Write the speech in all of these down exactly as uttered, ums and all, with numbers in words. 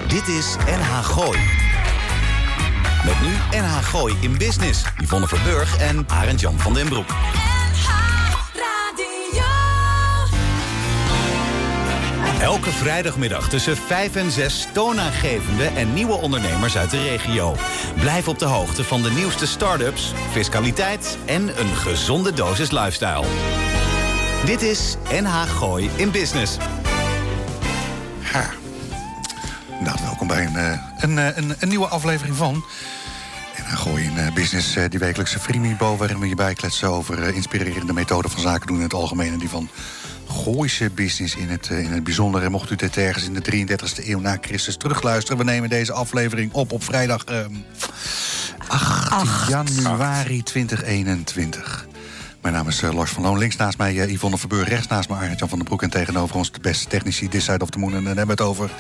Dit is N H Gooi. Met nu N H Gooi in Business. Yvonne Verburg en Arend Jan van den Broek. Elke vrijdagmiddag tussen vijf en zes toonaangevende en nieuwe ondernemers uit de regio. Blijf op de hoogte van de nieuwste start-ups, fiscaliteit en een gezonde dosis lifestyle. Dit is N H Gooi in Business. Ja. Nou, welkom bij een, een, een, een nieuwe aflevering van N H Gooi in Business. Die wekelijkse vriendenniveau waarin we je bijkletsen over inspirerende methoden van zaken doen in het algemeen en die van Gooise business in het, in het bijzonder. En mocht u dit ergens in de drieëndertigste eeuw na Christus terugluisteren, we nemen deze aflevering op op vrijdag uh, achttien januari tweeduizend eenentwintig. Mijn naam is uh, Lars van Loon. Links naast mij uh, Yvonne Verburg. Rechts naast mij Arend Jan van den Broek. En tegenover ons de beste technici This Side of the Moon. En dan hebben we het over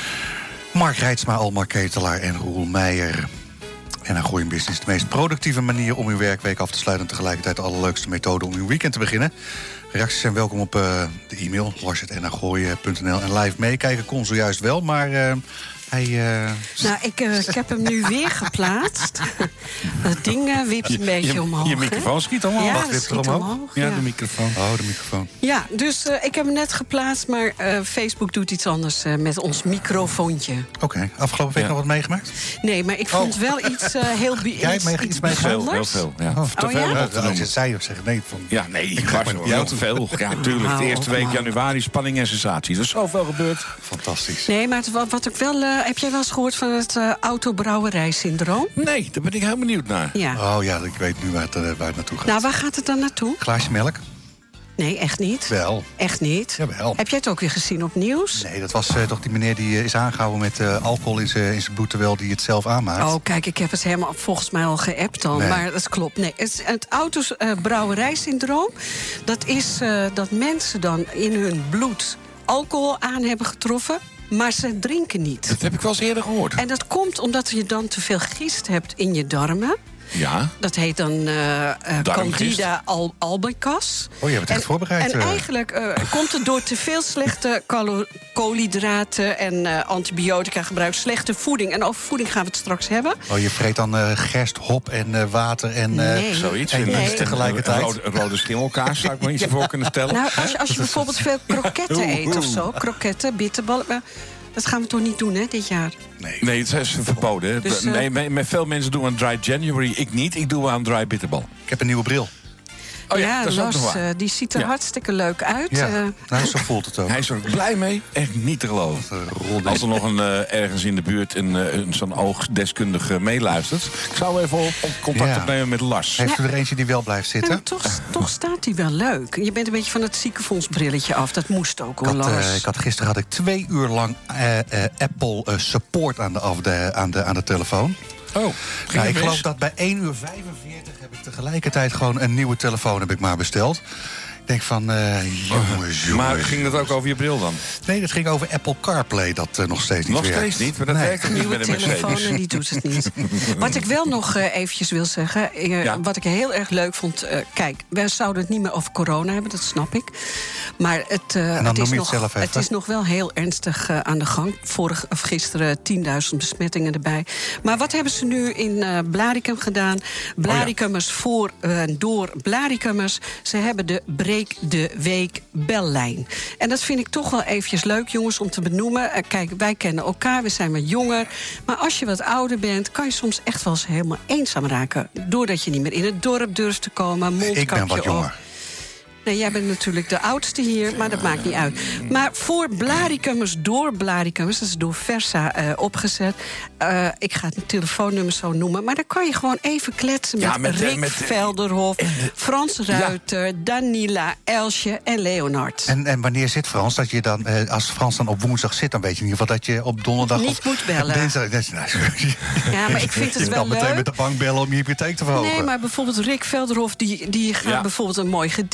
Mark Reitsma, Almar Ketelaar en Roel Meijer. En een Gooi in Business, de meest productieve manier om uw werkweek af te sluiten en tegelijkertijd de allerleukste methode om uw weekend te beginnen. Reacties zijn welkom op uh, de e-mail lars at n h gooi punt n l. En live meekijken kon zojuist wel, maar uh, hij... Uh... Nou, ik, uh, ik heb hem nu weer geplaatst. Dat ding uh, wipt een beetje je, omhoog. Je microfoon hè? schiet omhoog. Ja, Wat dat wipt schiet er omhoog? omhoog. Ja, Ja, de microfoon. Oh, de microfoon. Ja, dus uh, ik heb hem net geplaatst, maar uh, Facebook doet iets anders uh, met ons microfoontje. Oké, okay. Afgelopen week Ja. nog wat meegemaakt? Nee, maar ik vond Oh. wel iets uh, heel bi- Jij iets, mee- iets iets mee- Veel, heel bijzonders. veel. Ja. Oh. Te Oh, veel ja? om Ja, op te als je noemen. het zei of zeg nee. Van... Ja, nee, Ik maar ga maar- heel te veel. Ja, tuurlijk. Hou De eerste op, week man. januari, spanning en sensatie. Er is zoveel gebeurd. Fantastisch. Nee, maar het, wat, wat ik wel... Uh, heb jij wel eens gehoord van het uh, autobrouwerijsyndroom? Nee, daar ben ik heel benieuwd naar. Ja. Oh ja, ik weet nu waar het, uh, waar het naartoe gaat. Nou, waar gaat het dan naartoe? Glaasje melk? Nee, echt niet. Wel. Echt niet. Jawel. Heb jij het ook weer gezien op nieuws? Nee, dat was uh, toch die meneer die uh, is aangehouden met uh, alcohol in zijn bloed, terwijl die het zelf aanmaakt. Oh, kijk, ik heb het helemaal volgens mij al geappt dan. Nee. Maar dat klopt. Nee, het, het autobrouwerijsyndroom, dat is uh, dat mensen dan in hun bloed alcohol aan hebben getroffen, maar ze drinken niet. Dat heb ik wel eens eerder gehoord. En dat komt omdat je dan te veel gist hebt in je darmen. Ja. Dat heet dan uh, uh, Darmgist. Candida al albicans. Oh, je hebt het echt en, voorbereid. En uh. eigenlijk uh, komt het door te veel slechte calo- koolhydraten en uh, antibiotica gebruik, slechte voeding. En over voeding gaan we het straks hebben. Oh, je vreet dan uh, gerst, hop en uh, water en... Uh, Nee. Zoiets. En Nee. iets tegelijkertijd. Een rode, een rode schimmelkaas zou ik me iets voor kunnen stellen. Nou, als je, als je bijvoorbeeld veel kroketten eet of zo, kroketten, bitterballen, maar dat gaan we toch niet doen, hè, dit jaar? Nee. Nee, het is verboden. hè. Dus, uh, nee, met, met veel mensen doen aan dry January. Ik niet. Ik doe aan dry bitterbal. Ik heb een nieuwe bril. Oh ja, ja, dat is ook nog Lars, waar. uh, die ziet er Ja. hartstikke leuk uit. Ja, Uh, nou, zo voelt het ook. Hij is er ook blij mee. Echt niet te geloven. Uh, Roel, Als er nog een, uh, ergens in de buurt een, uh, een zo'n oogdeskundige meeluistert. Ik zou even op, op contact Ja. opnemen met Lars. Heeft u er eentje die wel blijft ja, zitten? maar toch, toch staat die wel leuk. Je bent een beetje van het ziekenfondsbrilletje af. Dat moest ook, Ik hoor, had, Lars. uh, ik had, gisteren had ik twee uur lang uh, uh, Apple uh, support aan de, af de, aan, de, aan de telefoon. Oh, Nou, ging ik het geloof mis? dat bij één uur vijfenveertig heb ik tegelijkertijd gewoon een nieuwe telefoon heb ik maar besteld. Ik denk van, uh, jongens, jongens. Maar ging dat ook over je bril dan? Nee, dat ging over Apple CarPlay, dat uh, nog steeds niet Nog werkt. steeds niet, maar dat Nee. werkt ook niet Nieuwe met een telefoon Mercedes. en die doet het niet. Wat ik wel nog uh, eventjes wil zeggen, uh, Ja. wat ik heel erg leuk vond. Uh, kijk, wij zouden het niet meer over corona hebben, dat snap ik. Maar het, uh, dan het, noem is, je het nog, zelf even. het is nog wel heel ernstig uh, aan de gang. Vorig, of gisteren tienduizend besmettingen erbij. Maar wat hebben ze nu in uh, Blaricum gedaan? Blaricummers voor en uh, door Blaricummers. Ze hebben de Breek de Week bellijn. En dat vind ik toch wel eventjes leuk, jongens, om te benoemen. Uh, kijk, wij kennen elkaar, we zijn wat jonger. Maar als je wat ouder bent, kan je soms echt wel eens helemaal eenzaam raken. Doordat je niet meer in het dorp durft te komen, mondkapje Ik ben wat op. jonger. Nee, jij bent natuurlijk de oudste hier, maar dat maakt niet uit. Maar voor Blaricummers, door Blaricummers, dat is door Versa uh, opgezet. Uh, ik ga het telefoonnummer zo noemen, maar dan kan je gewoon even kletsen Ja, met, met, Rick uh, met, uh, Velderhof, Frans Ruiter, Danila, Elsje en Leonard. En, en wanneer zit Frans? Dat je dan, eh, als Frans dan op woensdag zit, dan weet je in ieder geval dat je op donderdag Niet of moet bellen. dinsdag- dat is- nou, Ja, maar ik vind het je wel kan meteen leuk. met de bank bellen om je hypotheek te verhogen. Nee, maar bijvoorbeeld Rick Velderhof, die, die gaat Ja. bijvoorbeeld een mooi gedicht voorlezen.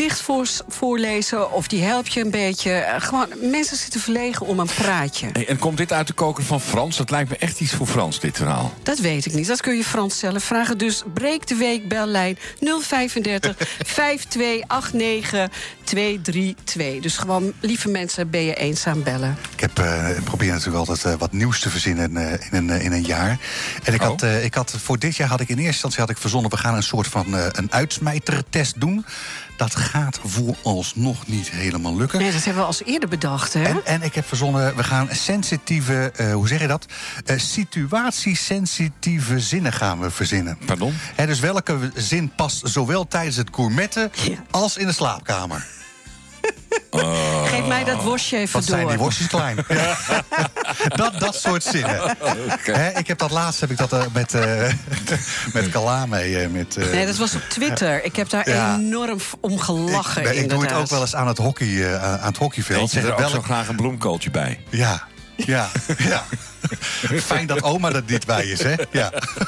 voor, voorlezen of die helpt je een beetje. Uh, gewoon, mensen zitten verlegen om een praatje. Hey, en komt dit uit de koker van Frans? Dat lijkt me echt iets voor Frans, dit verhaal. Dat weet ik niet. Dat kun je Frans zelf vragen. Dus breek de week bellijn nul vijfendertig vijf twee acht negen twee drie twee. Dus gewoon, lieve mensen, ben je eenzaam bellen. Ik heb uh, probeer natuurlijk altijd uh, wat nieuws te verzinnen uh, in, een, uh, in een jaar. En ik, oh. had, uh, ik had voor dit jaar had ik in eerste instantie had ik verzonnen, we gaan een soort van uh, een uitsmijtertest doen. Dat gaat vooralsnog niet helemaal lukken. Nee, dat hebben we als eerder bedacht, hè? En, en ik heb verzonnen, we gaan sensitieve, uh, hoe zeg je dat? Uh, situatiesensitieve zinnen gaan we verzinnen. Pardon? He, dus welke zin past zowel tijdens het gourmetten ja. als in de slaapkamer? Oh. Geef mij dat worstje even Wat door. Wat zijn die worstjes klein? dat, dat soort zinnen. Okay. He, ik heb dat laatst heb ik dat uh, met, uh, met Kalame. Uh, met, uh, nee, dat was op Twitter. Ik heb daar ja. enorm om gelachen. Ik, ik doe het ook wel eens aan het, hockey, uh, aan het hockeyveld. Weet je er ook wel... zo graag een bloemkooltje bij? Ja, ja, ja. Fijn dat oma er niet bij is, hè? Ja.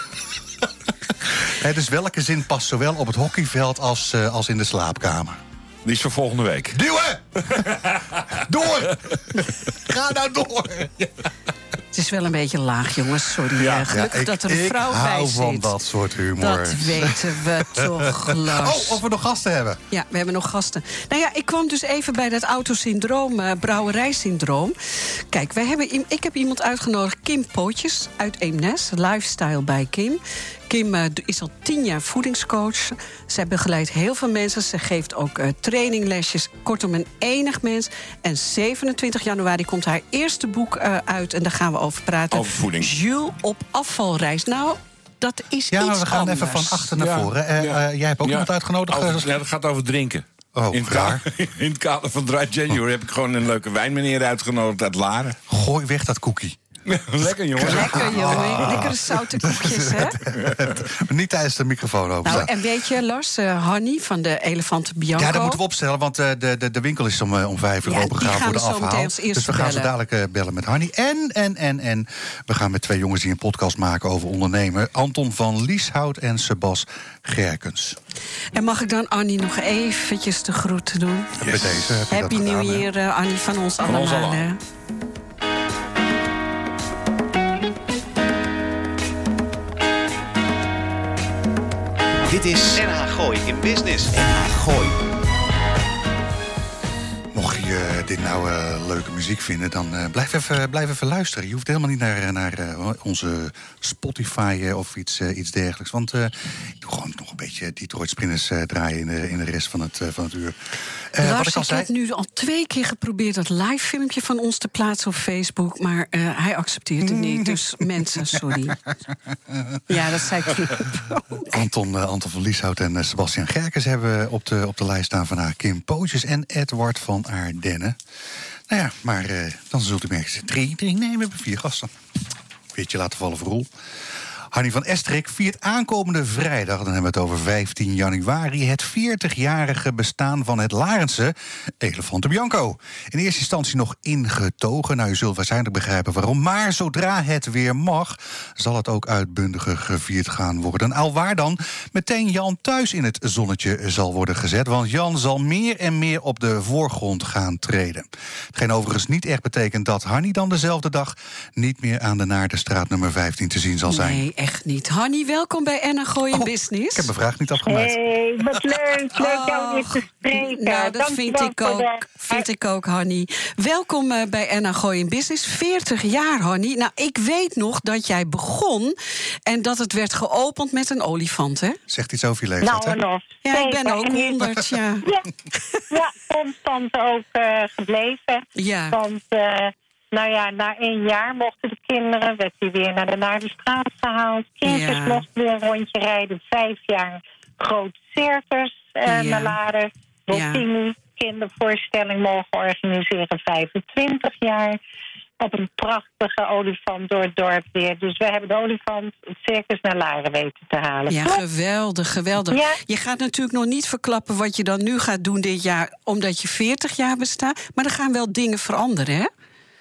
He, dus welke zin past zowel op het hockeyveld als, uh, als in de slaapkamer? Die is voor volgende week. Duwen! Door! Ga nou door! Het is wel een beetje laag, jongens. Sorry. Ja. Uh, gelukkig ja, ik, dat er een vrouw bij zit. Ik hou van dat soort humor. Dat weten we toch, Lars. Oh, of we nog gasten hebben. Ja, we hebben nog gasten. Nou ja, ik kwam dus even bij dat autosyndroom, uh, brouwerijsyndroom. Kijk, wij hebben, ik heb iemand uitgenodigd, Kim Pootjes uit Eemnes. Lifestyle bij Kim. Kim uh, is al tien jaar voedingscoach. Zij begeleidt heel veel mensen. Ze geeft ook uh, traininglesjes. Kortom, een enig mens. En zevenentwintig januari komt haar eerste boek uh, uit. En daar gaan we over praten. Over voeding. Jules op afvalreis. Nou, dat is ja, iets maar we gaan anders. even van achter naar ja, voren. Uh, ja. uh, jij hebt ook ja. iemand uitgenodigd? Over, ja, dat gaat over drinken. Oh, in, het kader, in het kader van Dry January heb ik gewoon een leuke wijnmeneer uitgenodigd uit Laren. Gooi weg dat koekie. Lekker, jongen. Lekker, jongen. Lekkere zoute koekjes, hè? Niet tijdens de microfoon open. Nou, en weet je, Lars, uh, Hanny van de Elefanten Bianco. Ja, dat moeten we opstellen, want uh, de, de, de winkel is om, uh, om vijf uur ja, open gegaan voor de afhaal. Dus we gaan bellen. zo dadelijk uh, bellen met Hanny. En, en, en, en we gaan met twee jongens die een podcast maken over ondernemen. Anton van Lieshout en Sebas Gerkens. En mag ik dan Annie nog eventjes de groeten doen? Yes. Bij deze heb je Happy dat New gedaan, Year, uh, Annie, van ons van allemaal. Ons allemaal. Dit is N H Gooi in Business. N H Gooi. Mocht je dit nou uh, leuke muziek vinden, dan uh, blijf, even, blijf even luisteren. Je hoeft helemaal niet naar, naar uh, onze Spotify uh, of iets, uh, iets dergelijks. Want uh, ik doe gewoon nog een beetje Detroit Spinners uh, draaien in de, in de rest van het, uh, van het uur. Uh, Lars, wat ik al ik zei... heb nu al twee keer geprobeerd dat live filmpje van ons te plaatsen op Facebook. Maar uh, hij accepteert het niet. Dus mensen, sorry. Ja, dat zei ik. Anton, uh, Anton van Lieshout en uh, Sebastian Gerkens hebben op de, op de lijst staan van haar Kim Pootjes en Edward van Aardenne. Nou ja, maar uh, dan zult u merken, drie, drie, nee, we hebben vier gasten. Beetje laten vallen voor Roel. Hanny van Estrik viert aankomende vrijdag, dan hebben we het over vijftien januari... het veertigjarige bestaan van het Larense Elefanten Bianco. In eerste instantie nog ingetogen, nou, u zult waarschijnlijk begrijpen waarom... maar zodra het weer mag, zal het ook uitbundiger gevierd gaan worden. Alwaar dan meteen Jan thuis in het zonnetje zal worden gezet... want Jan zal meer en meer op de voorgrond gaan treden. Hetgeen overigens niet echt betekent dat Hanny dan dezelfde dag... niet meer aan de Naardenstraat nummer vijftien te zien zal zijn. Nee, echt niet. Hanny, welkom bij N H Gooi in oh, Business. Ik heb mijn vraag niet afgemaakt. Hey, wat leuk. Leuk oh, jou weer te spreken. Nou, dat vind ik, ook, de... vind ik ook, Hanny. Welkom uh, bij N H Gooi in Business. veertig jaar, Hanny. Nou, ik weet nog dat jij begon en dat het werd geopend met een olifant, hè? Zegt iets over je leeftijd, nou, hè? Nog. Ja, Zeker. ik ben ook honderd, ja. Ja, ja constant ook uh, gebleven. Ja. Want... Uh, Nou ja, na één jaar mochten de kinderen, werd hij weer naar de Naardenstraat gehaald. Kindjes Ja. mochten weer een rondje rijden. Vijf jaar groot circus uh, Ja. naar Laren. Bottini, ja. kindervoorstelling mogen organiseren. vijfentwintig jaar. Op een prachtige olifant door het dorp weer. Dus we hebben de olifant het circus naar Laren weten te halen. Ja, geweldig, geweldig. Ja. Je gaat natuurlijk nog niet verklappen wat je dan nu gaat doen dit jaar... omdat je veertig jaar bestaat. Maar er gaan wel dingen veranderen, hè?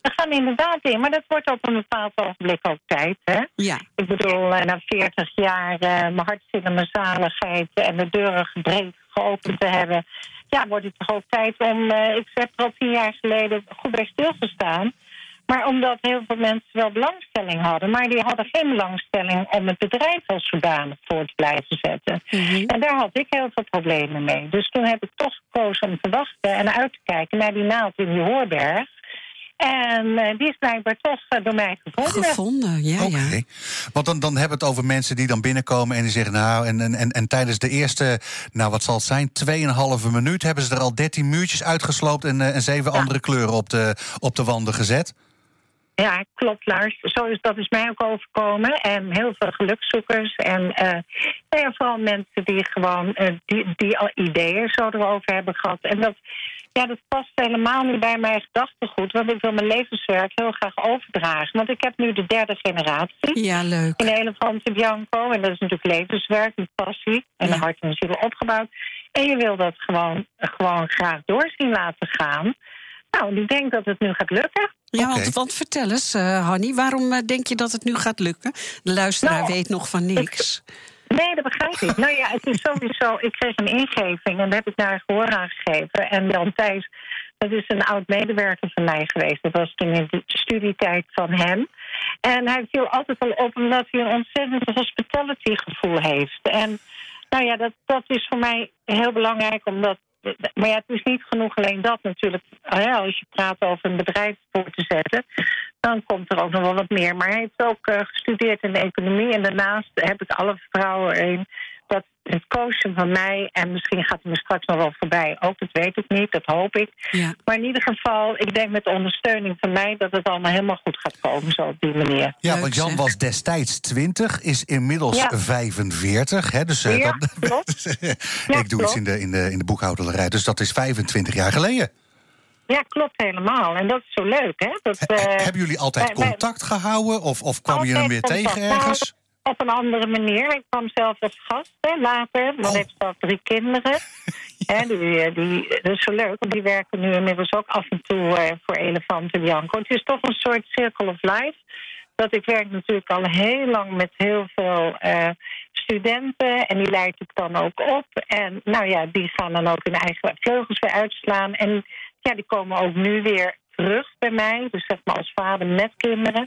we gaan inderdaad in, maar dat wordt op een bepaald ogenblik ook tijd, hè? Ja. Ik bedoel, uh, na veertig jaar uh, mijn hartstikke en mijn zaligheid en de deuren breed geopend te hebben, ja, wordt het toch ook tijd om, uh, ik heb er al tien jaar geleden goed bij stilgestaan. Maar omdat heel veel mensen wel belangstelling hadden, maar die hadden geen belangstelling om het bedrijf als zodanig voor te blijven zetten. Mm-hmm. En daar had ik heel veel problemen mee. Dus toen heb ik toch gekozen om te wachten en uit te kijken naar die naald in die Hoorberg. En uh, die is blijkbaar toch uh, door mij gevonden. Gevonden, ja, okay. ja. Want dan, dan hebben we het over mensen die dan binnenkomen en die zeggen, nou, en, en, en tijdens de eerste, nou wat zal het zijn, tweeënhalve minuut hebben ze er al dertien muurtjes uitgesloopt en, uh, en zeven ja. andere kleuren op de, op de wanden gezet. Ja, klopt, Lars. Zo is, dat is mij ook overkomen. En heel veel gelukzoekers. En uh, ja, vooral mensen die gewoon uh, die, die al ideeën zo erover hebben gehad. En dat, ja, dat past helemaal niet bij mijn gedachtegoed. Want ik wil mijn levenswerk heel graag overdragen. Want ik heb nu de derde generatie. Ja, leuk. In Elefante Bianco. En dat is natuurlijk levenswerk, met passie. En ja. hart en ziel opgebouwd. En je wil dat gewoon, gewoon graag doorzien laten gaan. Nou, ik denk dat het nu gaat lukken. Ja, okay. want, want vertel eens, uh, Hanny, waarom uh, denk je dat het nu gaat lukken? De luisteraar nou, weet nog van niks. Ik, nee, dat begrijp ik. Nou ja, het is sowieso, ik kreeg een ingeving en daar heb ik naar gehoor aangegeven. En Jan Thijs, dat is een oud medewerker van mij geweest. Dat was toen in de studietijd van hem. En hij viel altijd al op omdat hij een ontzettend hospitality gevoel heeft. En nou ja, dat, dat is voor mij heel belangrijk, omdat... Maar ja, het is niet genoeg alleen dat natuurlijk. Als je praat over een bedrijf voor te zetten, dan komt er ook nog wel wat meer. Maar hij heeft ook uh, gestudeerd in de economie. En daarnaast heb ik alle vertrouwen in dat het coachen van mij, en misschien gaat hij me straks nog wel voorbij, ook dat weet ik niet, dat hoop ik. Ja. Maar in ieder geval, ik denk met de ondersteuning van mij dat het allemaal helemaal goed gaat komen, zo op die manier. Ja, want Jan was destijds twintig, is inmiddels ja. vijfenveertig. Hè, dus, uh, ja, dat, klopt. ik ja, doe klopt. iets in de, in, de, in de boekhouderij, dus dat is vijfentwintig jaar geleden. Ja, klopt helemaal. En dat is zo leuk, hè? Dat, uh, Hebben jullie altijd wij, contact wij, gehouden? Of, of kwam je hem weer contact. tegen ergens? Op een andere manier. Ik kwam zelf als gast, hè, later. Dan oh. heeft zelf drie kinderen. Hè, die, die, dat is zo leuk, want die werken nu inmiddels ook af en toe uh, voor Elefante Bianco. Het is toch een soort circle of life. Dat ik werk natuurlijk al heel lang met heel veel uh, studenten. En die leid ik dan ook op. En nou ja, die gaan dan ook hun eigen vleugels weer uitslaan. En ja, die komen ook nu weer terug bij mij. Dus zeg maar als vader met kinderen.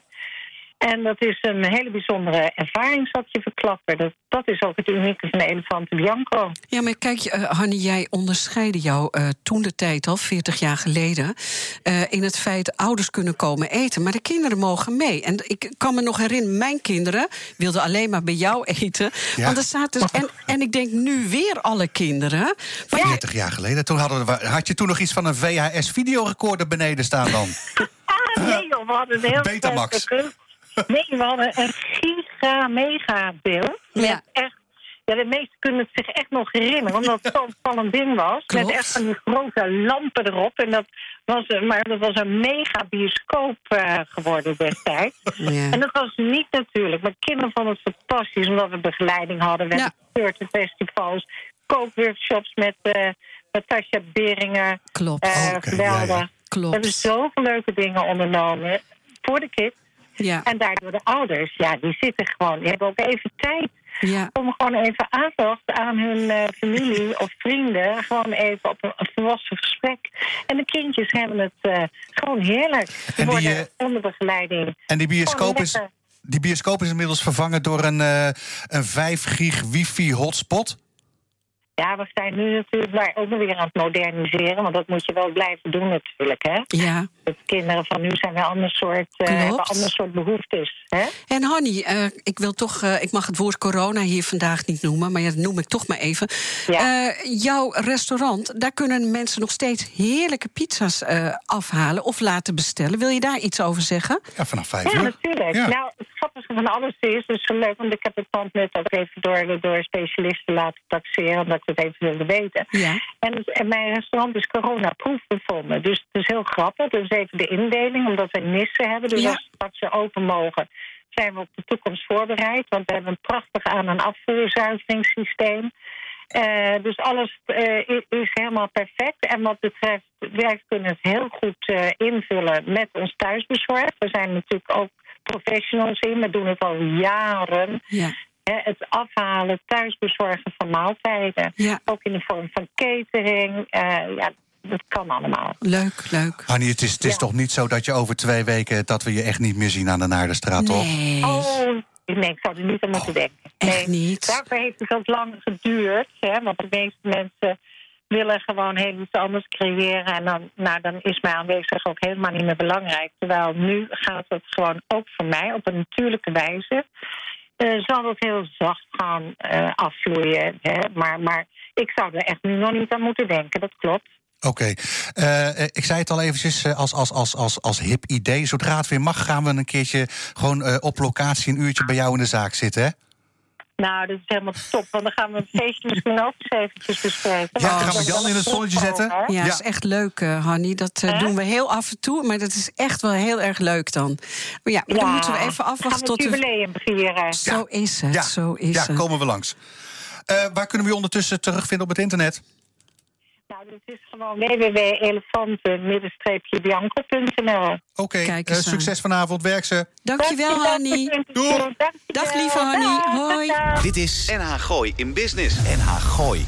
En dat is een hele bijzondere ervaring, zal ik je verklappen. Dat, dat is ook het unieke van de Elefante Bianco. Ja, maar kijk, uh, Hanny, jij onderscheidde jou uh, toen de tijd al, veertig jaar geleden... Uh, in het feit ouders kunnen komen eten, maar de kinderen mogen mee. En ik kan me nog herinneren, mijn kinderen wilden alleen maar bij jou eten. Ja. Want er zaten, en, en ik denk nu weer alle kinderen. veertig jaar geleden, toen hadden we, had je toen nog iets van een V H S-videorecorder beneden staan dan? ah, nee joh, we hadden een heel... Betamax. Nee, we hadden een giga-mega-beeld. Ja. Echt, ja, de meesten kunnen het zich echt nog herinneren, omdat het zo'n spannend ding was. Klopt. Met echt van die grote lampen erop. En dat was, maar dat was een mega-bioscoop uh, geworden destijds. Ja. En dat was niet natuurlijk. Maar kinderen vonden het fantastisch, omdat we begeleiding hadden. We ja. hadden festivals, kookworkshops met uh, Natasja Beringer. Klopt. Uh, okay, geweldig. Ja, ja. Klopt. We hebben zoveel leuke dingen ondernomen voor de kids. Ja. En daardoor de ouders, ja, die zitten gewoon, die hebben ook even tijd ja. om gewoon even aandacht aan hun uh, familie of vrienden, gewoon even op een, een volwassen gesprek. En de kindjes hebben het uh, gewoon heerlijk. Die, en die worden uh, onder begeleiding. En die bioscoop is, die bioscoop is inmiddels vervangen door een, uh, een vijf gig wifi hotspot. Ja, we zijn nu natuurlijk maar ook nog weer aan het moderniseren. Want dat moet je wel blijven doen natuurlijk, hè? Ja. De kinderen van nu zijn wel ander soort, uh, hebben ander soort behoeftes, hè? En Hanny, uh, ik wil toch, uh, ik mag het woord corona hier vandaag niet noemen, maar ja, dat noem ik toch maar even. Ja. Uh, jouw restaurant, daar kunnen mensen nog steeds heerlijke pizza's uh, afhalen of laten bestellen. Wil je daar iets over zeggen? Ja, vanaf vijf uur. Ja, natuurlijk. Ja. Nou, het grappige van alles is, dus zo leuk, want ik heb het pand net ook even door, door specialisten laten taxeren, omdat ik het even wilde weten. Ja. En, en mijn restaurant is coronaproof bevonden. Dus het is heel grappig. Dat is even de indeling, omdat we nissen hebben. Dus ja. als we straks weer open mogen, zijn we op de toekomst voorbereid. Want we hebben een prachtig aan- en afvoerzuiveringssysteem. Uh, dus alles uh, is, is helemaal perfect. En wat betreft, wij kunnen het heel goed uh, invullen met ons thuisbezorg. We zijn natuurlijk ook professionals in. We doen het al jaren. Ja. He, het afhalen, thuisbezorgen van maaltijden. Ja. Ook in de vorm van catering. Uh, ja, dat kan allemaal. Leuk, leuk. Hannie, het is, het is ja. toch niet zo dat je over twee weken... dat we je echt niet meer zien aan de Naardenstraat, toch? Nee. Oh, nee, ik zou er niet aan moeten oh, denken. Echt nee. niet? Daarvoor heeft het ook lang geduurd. Hè, want de meeste mensen willen gewoon heel iets anders creëren. En dan, nou, dan is mijn aanwezig ook helemaal niet meer belangrijk. Terwijl nu gaat het gewoon ook voor mij op een natuurlijke wijze... Uh, zal het heel zacht gaan uh, afvloeien. Hè? Maar, maar ik zou er echt nu nog niet aan moeten denken, dat klopt. Oké. Okay. Uh, ik zei het al eventjes uh, als, als, als, als, als hip idee. Zodra het weer mag, gaan we een keertje gewoon uh, op locatie een uurtje bij jou in de zaak zitten, hè? Nou, dat is helemaal top. Want dan gaan we het feestje misschien ook eens eventjes bespreken. Ja, gaan we Jan in het zonnetje zetten? Ja, ja, dat is echt leuk, uh, Hannie. Dat uh, doen we heel af en toe. Maar dat is echt wel heel erg leuk dan. Maar ja, maar ja, dan moeten we even afwachten gaan we tot... het jubileum vieren. Zo ja. is het, ja. zo is ja, het. komen we langs. Uh, waar kunnen we je ondertussen terugvinden op het internet? Nou, dit is gewoon w w w punt elefanten bianco punt n l. Oké, okay, uh, succes vanavond, werk ze. Dankjewel, Hannie. Doei. Dag, lieve Hannie. Hoi. Dit is N H Gooi in Business. N H Gooi.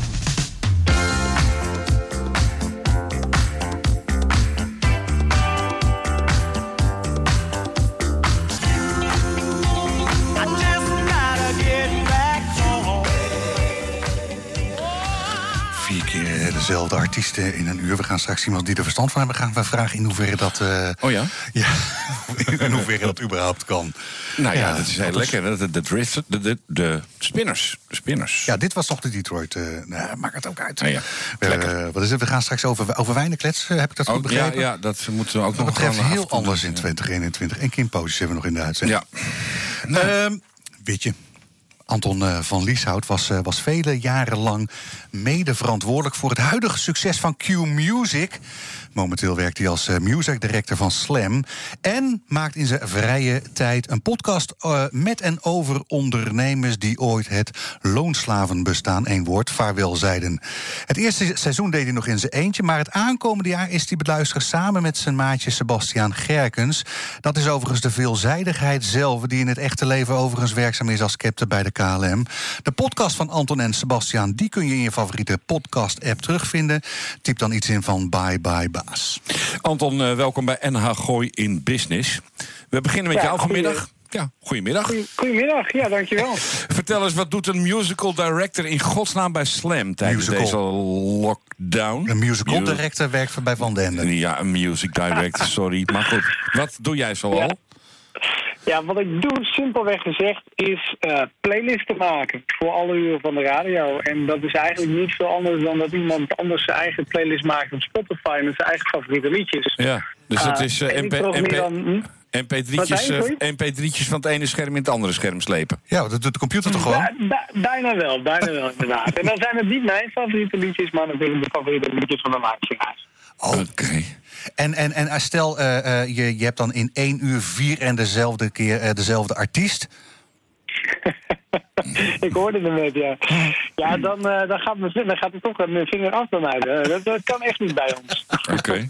Vier keer dezelfde artiesten in een uur. We gaan straks iemand die er verstand van hebben gaan we vragen in hoeverre dat... Uh, oh ja? Ja, in hoeverre dat überhaupt kan. Nou ja, ja dat is heel dat lekker. Is... De, de, drift, de, de, de spinners. De spinners. Ja, dit was toch de Detroit. Uh, nou, maak het ook uit. Oh ja, we, uh, wat is het? We gaan straks over, over wijnen kletsen. Heb ik dat goed oh, begrepen? Ja, ja, dat moeten we ook dat nog betreft gaan heel anders in twintig eenentwintig. En Kim Posies hebben we nog in de uitzending. Ja. Nou. Uh, weet je... Anton uh, van Lieshout was, uh, was vele jaren lang mede verantwoordelijk voor het huidige succes van Q Music. Momenteel werkt hij als uh, music director van Slam. En maakt in zijn vrije tijd een podcast uh, met en over ondernemers die ooit het loonslavenbestaan, één woord, vaarwel zeiden. Het eerste seizoen deed hij nog in zijn eentje, maar het aankomende jaar is hij beluisteren samen met zijn maatje Sebastiaan Gerkens. Dat is overigens de veelzijdigheid zelf, die in het echte leven overigens werkzaam is als captain bij de K L M. De podcast van Anton en Sebastiaan, die kun je in je favoriete podcast-app terugvinden. Typ dan iets in van Bye Bye Baas. Anton, uh, welkom bij N H Gooi in Business. We beginnen met ja, jou vanmiddag. Goeie... Ja, goedemiddag. Goeie, goedemiddag, ja, dankjewel. Vertel eens, wat doet een musical director in godsnaam bij Slam tijdens musical. deze lockdown? Een musical Mu- director werkt bij Van den Ende. Ja, een music director, sorry. Maar goed, wat doe jij zoal? Ja. Ja, wat ik doe, simpelweg gezegd, is uh, playlisten maken voor alle uren van de radio. En dat is eigenlijk niet veel anders dan dat iemand anders zijn eigen playlist maakt op Spotify met zijn eigen favoriete liedjes. Ja, dus dat uh, is uh, M P drietjes uh, M P drietjes van het ene scherm in het andere scherm slepen. Ja, dat doet de computer toch gewoon? Ba- ba- bijna wel, bijna wel inderdaad. En dan zijn het niet mijn favoriete liedjes, maar natuurlijk de favoriete liedjes van de luisteraars. Oké. Okay. En, en, en stel, uh, uh, je, je hebt dan in één uur vier en dezelfde keer uh, dezelfde artiest. Ik hoorde het net, ja. Ja, dan, uh, dan, gaat mijn, dan gaat er toch mijn vinger af bij mij. Uh, dat, dat kan echt niet bij ons. Oké.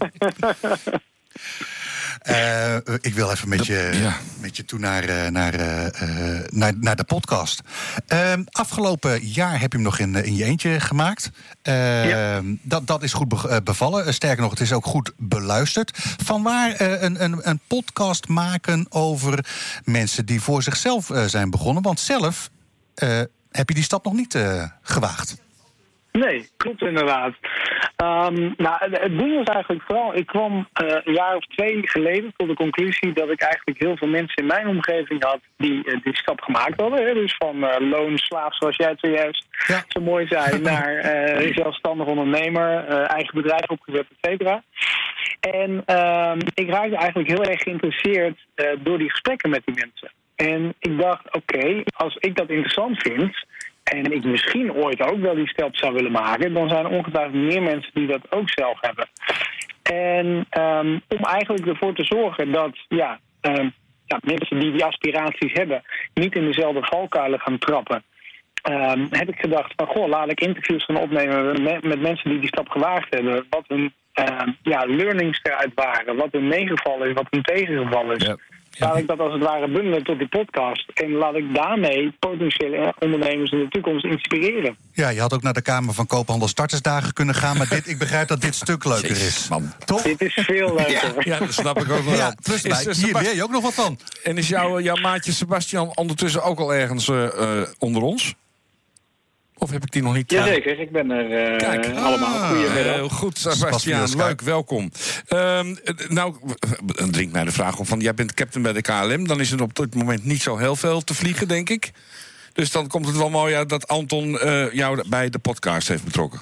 Uh, ik wil even met je, ja. met je toe naar, uh, naar, uh, naar, naar de podcast. Uh, afgelopen jaar heb je hem nog in, in je eentje gemaakt. Uh, ja. dat, dat is goed be- bevallen. Uh, sterker nog, het is ook goed beluisterd. Vanwaar uh, een, een, een podcast maken over mensen die voor zichzelf uh, zijn begonnen? Want zelf uh, heb je die stap nog niet uh, gewaagd. Nee, klopt inderdaad. Um, nou, het ding was eigenlijk vooral, ik kwam uh, een jaar of twee geleden tot de conclusie dat ik eigenlijk heel veel mensen in mijn omgeving had die uh, die stap gemaakt hadden. Hè? Dus van uh, loonslaaf, zoals jij het zojuist ja. zo mooi zei, naar uh, zelfstandig ondernemer, uh, eigen bedrijf opgezet, et cetera. En um, ik raakte eigenlijk heel erg geïnteresseerd uh, door die gesprekken met die mensen. En ik dacht, oké, okay, als ik dat interessant vind en ik misschien ooit ook wel die stap zou willen maken, dan zijn er ongetwijfeld meer mensen die dat ook zelf hebben. En um, om eigenlijk ervoor te zorgen dat ja, um, ja, mensen die die aspiraties hebben niet in dezelfde valkuilen gaan trappen um, heb ik gedacht van, goh, laat ik interviews gaan opnemen met, met mensen die die stap gewaagd hebben. Wat hun uh, ja, learnings eruit waren, wat hun meegeval is, wat hun tegengeval is. Ja. Ja. Laat ik dat als het ware bundelen tot die podcast. En laat ik daarmee potentiële ondernemers in de toekomst inspireren. Ja, je had ook naar de Kamer van Koophandel Startersdagen kunnen gaan. Maar dit, ik begrijp dat dit stuk leuker is. Man. Toch? Dit is veel leuker. Ja, ja, dat snap ik ook wel. Ja, is, uh, hier leer je ook nog wat van. En is jouw, jouw maatje Sebastian ondertussen ook al ergens uh, uh, onder ons? Of heb ik die nog niet? Jazeker, ik ben er uh, Kijk, allemaal. Ah, goedemiddag. Heel goed, Sebastian. Leuk, welkom. Um, nou, dan dringt mij de vraag op van, jij bent captain bij de K L M. Dan is er op dit moment niet zo heel veel te vliegen, denk ik. Dus dan komt het wel mooi uit dat Anton uh, jou bij de podcast heeft betrokken.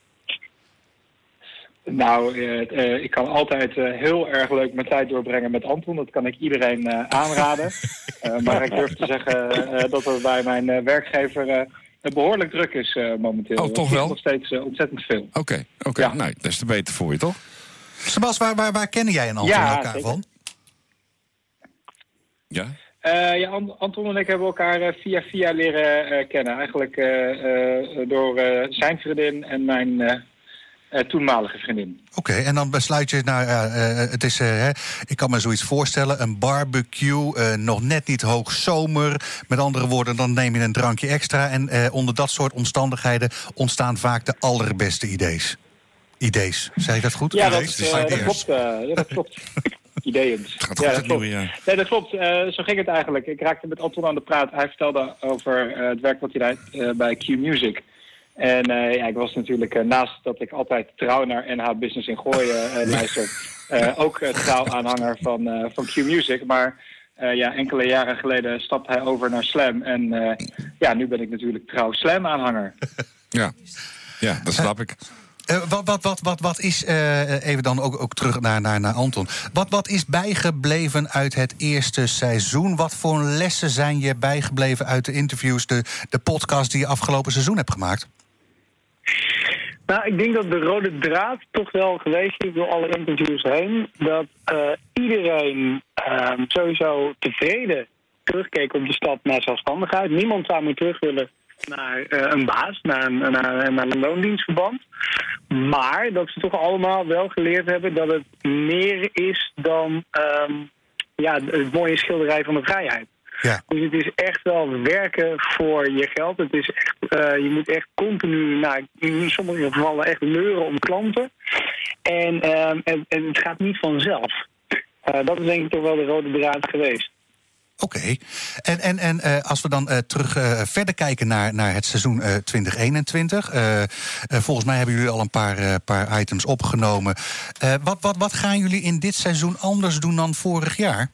Nou, uh, uh, ik kan altijd uh, heel erg leuk mijn tijd doorbrengen met Anton. Dat kan ik iedereen uh, aanraden. uh, maar ik durf te zeggen uh, dat er bij mijn uh, werkgever... Uh, Het behoorlijk druk is uh, momenteel. Oh, toch wel? Nog steeds uh, ontzettend veel. Oké, okay, oké. Okay. Ja. Nou, dat is te beter voor je, toch? Sebas, waar, waar, waar kennen jij en Anton ja, elkaar zeker. van? Ja? Uh, ja, Anton en ik hebben elkaar uh, via via leren uh, kennen. Eigenlijk uh, uh, door uh, zijn vriendin en mijn uh, uh, toenmalige vriendin. Oké, okay, en dan besluit je, nou, uh, uh, het is, uh, hè, ik kan me zoiets voorstellen, een barbecue, uh, nog net niet hoog zomer. Met andere woorden, dan neem je een drankje extra. En uh, onder dat soort omstandigheden ontstaan vaak de allerbeste idees. Idees, zeg ik dat goed? Ja, dat, uh, dat klopt. Uh, ja, dat klopt. Ideeën. Gaat ja, goed dat klopt. Nieuwe, ja. Nee, dat klopt. Uh, zo ging het eigenlijk. Ik raakte met Anton aan de praat. Hij vertelde over uh, het werk wat hij deed uh, bij Q Music. En uh, ja, ik was natuurlijk, uh, naast dat ik altijd trouw naar N H Business in Gooien uh, luister, uh, ook uh, trouw aanhanger van, uh, van Q Music. Maar uh, ja, enkele jaren geleden stapte hij over naar Slam. En uh, ja, nu ben ik natuurlijk trouw Slam aanhanger. Ja, ja, dat snap ik. Uh, wat, wat, wat, wat, wat is, uh, even dan ook, ook terug naar, naar, naar Anton. Wat, wat is bijgebleven uit het eerste seizoen? Wat voor lessen zijn je bijgebleven uit de interviews, de, de podcast die je afgelopen seizoen hebt gemaakt? Nou, ik denk dat de rode draad toch wel geweest is door alle interviews heen. Dat uh, iedereen uh, sowieso tevreden terugkeek op de stap naar zelfstandigheid. Niemand zou meer terug willen naar uh, een baas, naar een, naar, naar een loondienstverband. Maar dat ze toch allemaal wel geleerd hebben dat het meer is dan um, ja, het mooie schilderij van de vrijheid. Ja. Dus het is echt wel werken voor je geld. Het is echt, uh, je moet echt continu, nou, in sommige gevallen echt leuren om klanten. En, uh, en, en het gaat niet vanzelf. Uh, dat is denk ik toch wel de rode draad geweest. Oké. Okay. En, en, en uh, als we dan uh, terug uh, verder kijken naar, naar het seizoen uh, twintig eenentwintig. Uh, uh, volgens mij hebben jullie al een paar, uh, paar items opgenomen. Uh, wat, wat, wat gaan jullie in dit seizoen anders doen dan vorig jaar?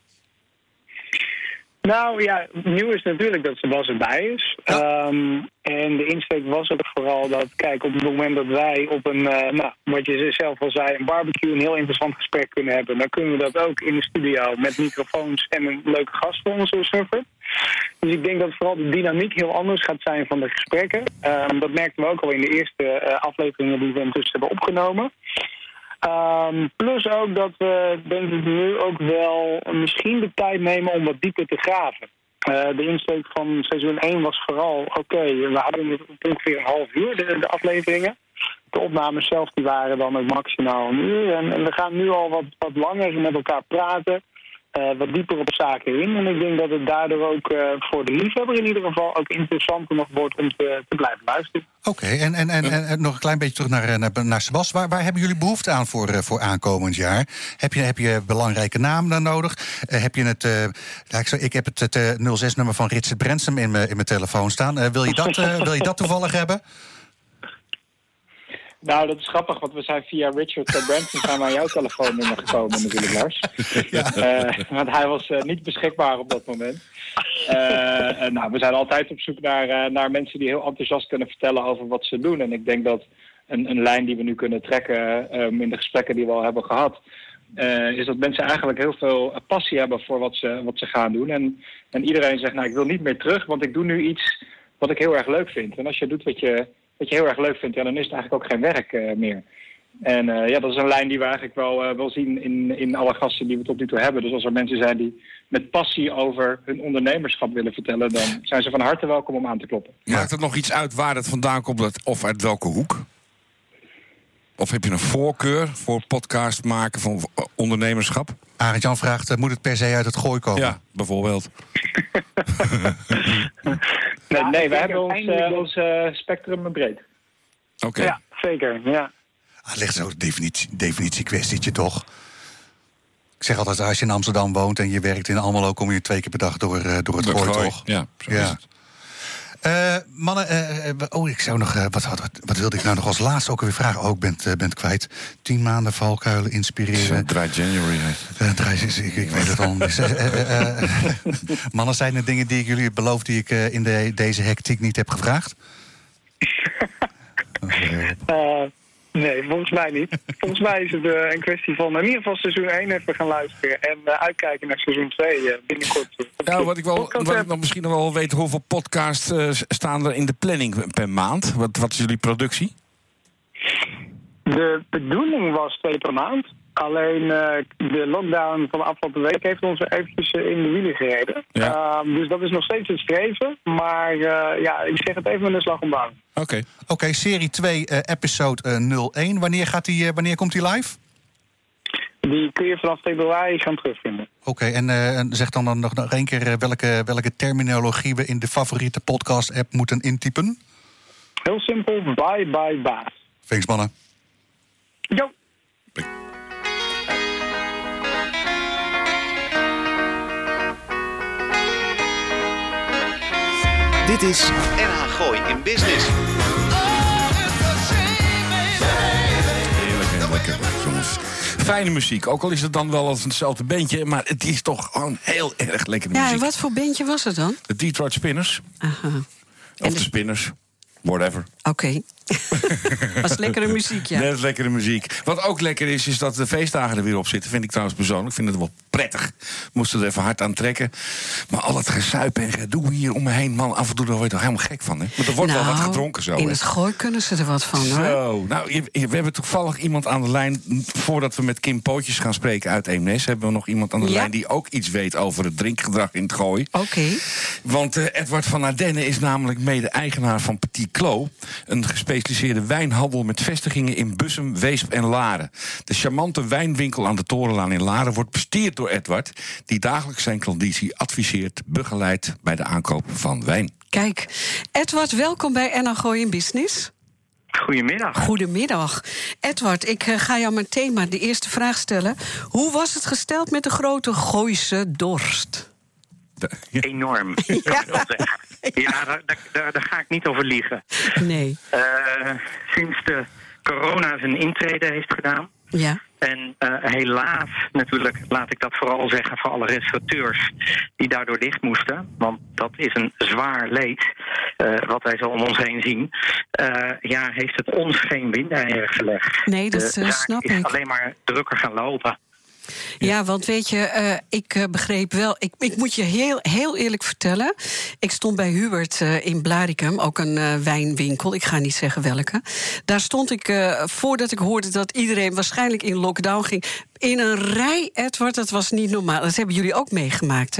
Nou ja, nieuw is natuurlijk dat Sebas erbij is. Ja. Um, en de insteek was ook vooral dat, kijk, op het moment dat wij op een, uh, nou, wat je zelf al zei, een barbecue, een heel interessant gesprek kunnen hebben, dan kunnen we dat ook in de studio met microfoons en een leuke gast voor ons surfen. Dus ik denk dat vooral de dynamiek heel anders gaat zijn van de gesprekken. Um, dat merkten we ook al in de eerste uh, afleveringen die we intussen hebben opgenomen. Um, plus ook dat we, denk ik, nu ook wel misschien de tijd nemen om wat dieper te graven. Uh, de insteek van seizoen één was vooral, oké, okay, we hadden het ongeveer een half uur, de, de afleveringen. De opnames zelf die waren dan ook maximaal een uur. En, en we gaan nu al wat, wat langer met elkaar praten. Uh, wat dieper op zaken in. En ik denk dat het daardoor ook uh, voor de liefhebber in ieder geval ook interessanter nog wordt om te, te blijven luisteren. Oké, okay, en, en, en, en nog een klein beetje terug naar, naar, naar Sebas. Waar, waar hebben jullie behoefte aan voor, uh, voor aankomend jaar? Heb je, heb je belangrijke namen dan nodig? Uh, heb je het, uh, ja, ik, ik heb het, het uh, nul zes nummer van Richard Branson in mijn in mijn telefoon staan. Uh, wil, je dat, uh, wil je dat toevallig hebben? Nou, dat is grappig, want we zijn via Richard Branson zijn we aan jouw telefoonnummer gekomen natuurlijk, Lars. Ja. Uh, want hij was uh, niet beschikbaar op dat moment. Uh, en, nou, we zijn altijd op zoek naar, uh, naar mensen die heel enthousiast kunnen vertellen over wat ze doen. En ik denk dat een, een lijn die we nu kunnen trekken um, in de gesprekken die we al hebben gehad, Uh, is dat mensen eigenlijk heel veel passie hebben voor wat ze, wat ze gaan doen. En, en iedereen zegt, nou, ik wil niet meer terug, want ik doe nu iets wat ik heel erg leuk vind. En als je doet wat je... wat je heel erg leuk vindt, ja, dan is het eigenlijk ook geen werk uh, meer. En uh, ja, dat is een lijn die we eigenlijk wel, uh, wel zien in, in alle gasten die we tot nu toe hebben. Dus als er mensen zijn die met passie over hun ondernemerschap willen vertellen, dan zijn ze van harte welkom om aan te kloppen. Maakt het nog iets uit waar het vandaan komt of uit welke hoek? Of heb je een voorkeur voor podcast maken van ondernemerschap? Arend-Jan vraagt, uh, moet het per se uit het Gooi komen? Ja, bijvoorbeeld. nee, nee wij hebben ons, uh, ons uh, spectrum breed. Oké. Okay. Ja, zeker, ja. Ah, het ligt zo'n definitie, definitiekwestietje, toch? Ik zeg altijd, als je in Amsterdam woont en je werkt in Almelo, kom je twee keer per dag door, uh, door het Gooi, toch? Ja, zo ja. is het. Uh, mannen, uh, oh, ik zou nog. Uh, wat, wat, wat wilde ik nou nog als laatste ook alweer vragen? Oh, ik ben, uh, ben kwijt. Tien maanden valkuilen inspireren. Dry January. Uh, dry, ik, ik weet het al. uh, uh, uh, mannen, zijn er dingen die ik jullie beloof die ik uh, in de, deze hectiek niet heb gevraagd? uh, nee, volgens mij niet. Volgens mij is het uh, een kwestie van in ieder geval seizoen één even gaan luisteren. En uh, uitkijken naar seizoen twee uh, binnenkort. Nou, wat ik, wel, wat ik nog misschien nog wel weet, hoeveel podcasts uh, staan er in de planning per maand? Wat, wat is jullie productie? De bedoeling was twee per maand. Alleen uh, de lockdown van de afgelopen week heeft ons eventjes uh, in de wielen gereden. Ja. Uh, dus dat is nog steeds het streven. Maar uh, ja, ik zeg het even met een slag om baan. Oké, okay. okay, serie twee, uh, episode uh, nul één. Wanneer, gaat die, uh, wanneer komt die live? Die kun je vanaf februari gaan terugvinden. Oké, okay, en uh, zeg dan, dan nog, nog één keer uh, welke, welke terminologie we in de favoriete podcast-app moeten intypen? Heel simpel, bye bye baas. Thanks, mannen. Jo. Dit is N H Gooi in Business. Heerlijk en lekker, jongens. Fijne muziek, ook al is het dan wel als hetzelfde bandje, maar het is toch gewoon heel erg lekkere muziek. Ja, en wat voor bandje was het dan? De Detroit Spinners. Aha. Of de, de Spinners. Whatever. Oké. Okay. Dat is lekkere muziek, ja. Dat is lekkere muziek. Wat ook lekker is, is dat de feestdagen er weer op zitten. Vind ik trouwens persoonlijk. Ik vind het wel prettig. Moesten er even hard aan trekken. Maar al het gezuip en gedoe hier om me heen, man, af en toe daar word je toch helemaal gek van, hè? Maar er wordt nou, wel wat gedronken zo. In het Gooi kunnen ze er wat van, hoor. Zo. Nou, je, je, we hebben toevallig iemand aan de lijn. Voordat we met Kim Pootjes gaan spreken uit Eemnes, hebben we nog iemand aan de ja. lijn die ook iets weet over het drinkgedrag in het Gooi. Oké. Okay. Want uh, Edward van Ardenne is namelijk mede-eigenaar van Petit Clos, een gespecialiseerde wijnhandel met vestigingen in Bussum, Weesp en Laren. De charmante wijnwinkel aan de Torenlaan in Laren wordt bestierd door Edward, die dagelijks zijn klanditie adviseert, begeleidt bij de aankoop van wijn. Kijk, Edward, welkom bij N H Gooi in Business. Goedemiddag. Goedemiddag. Edward, ik uh, ga jou meteen maar de eerste vraag stellen. Hoe was het gesteld met de grote Gooise dorst? Ja. Enorm, ja. Kan ik wel zeggen. Ja, daar, daar, daar ga ik niet over liegen. Nee. Uh, sinds de corona zijn intrede heeft gedaan. Ja. En uh, helaas, natuurlijk, laat ik dat vooral zeggen voor alle restaurateurs die daardoor dicht moesten. Want dat is een zwaar leed, uh, wat wij zo om ons heen zien. Uh, ja, heeft het ons geen windeieren gelegd. Nee, dat de uh, snap is ik. alleen maar drukker gaan lopen. Ja, want weet je, uh, ik uh, begreep wel. Ik, ik moet je heel, heel eerlijk vertellen. Ik stond bij Hubert uh, in Blaricum, ook een uh, wijnwinkel. Ik ga niet zeggen welke. Daar stond ik, uh, voordat ik hoorde dat iedereen waarschijnlijk in lockdown ging, in een rij, Edward. Dat was niet normaal. Dat hebben jullie ook meegemaakt, hè?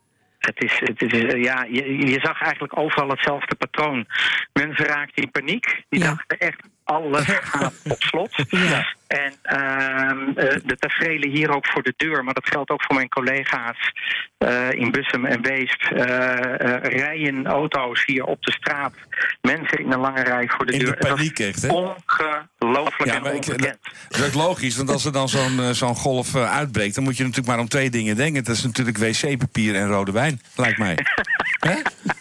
Het is, het is, ja, je, je zag eigenlijk overal hetzelfde patroon. Mensen raakten in paniek. Die ja. dachten echt, alles gaat op slot. Ja. En uh, de taferelen hier ook voor de deur, maar dat geldt ook voor mijn collega's uh, in Bussum en Weesp. Uh, uh, rijen auto's hier op de straat. Mensen in een lange rij voor de in deur. De paniek echt, hè? Ongelooflijk ja, en maar ongekend. Ik, dat is ook logisch, want als er dan zo'n, uh, zo'n golf uh, uitbreekt, dan moet je natuurlijk maar om twee dingen denken. Dat is natuurlijk wc-papier en rode wijn, lijkt mij. Hè?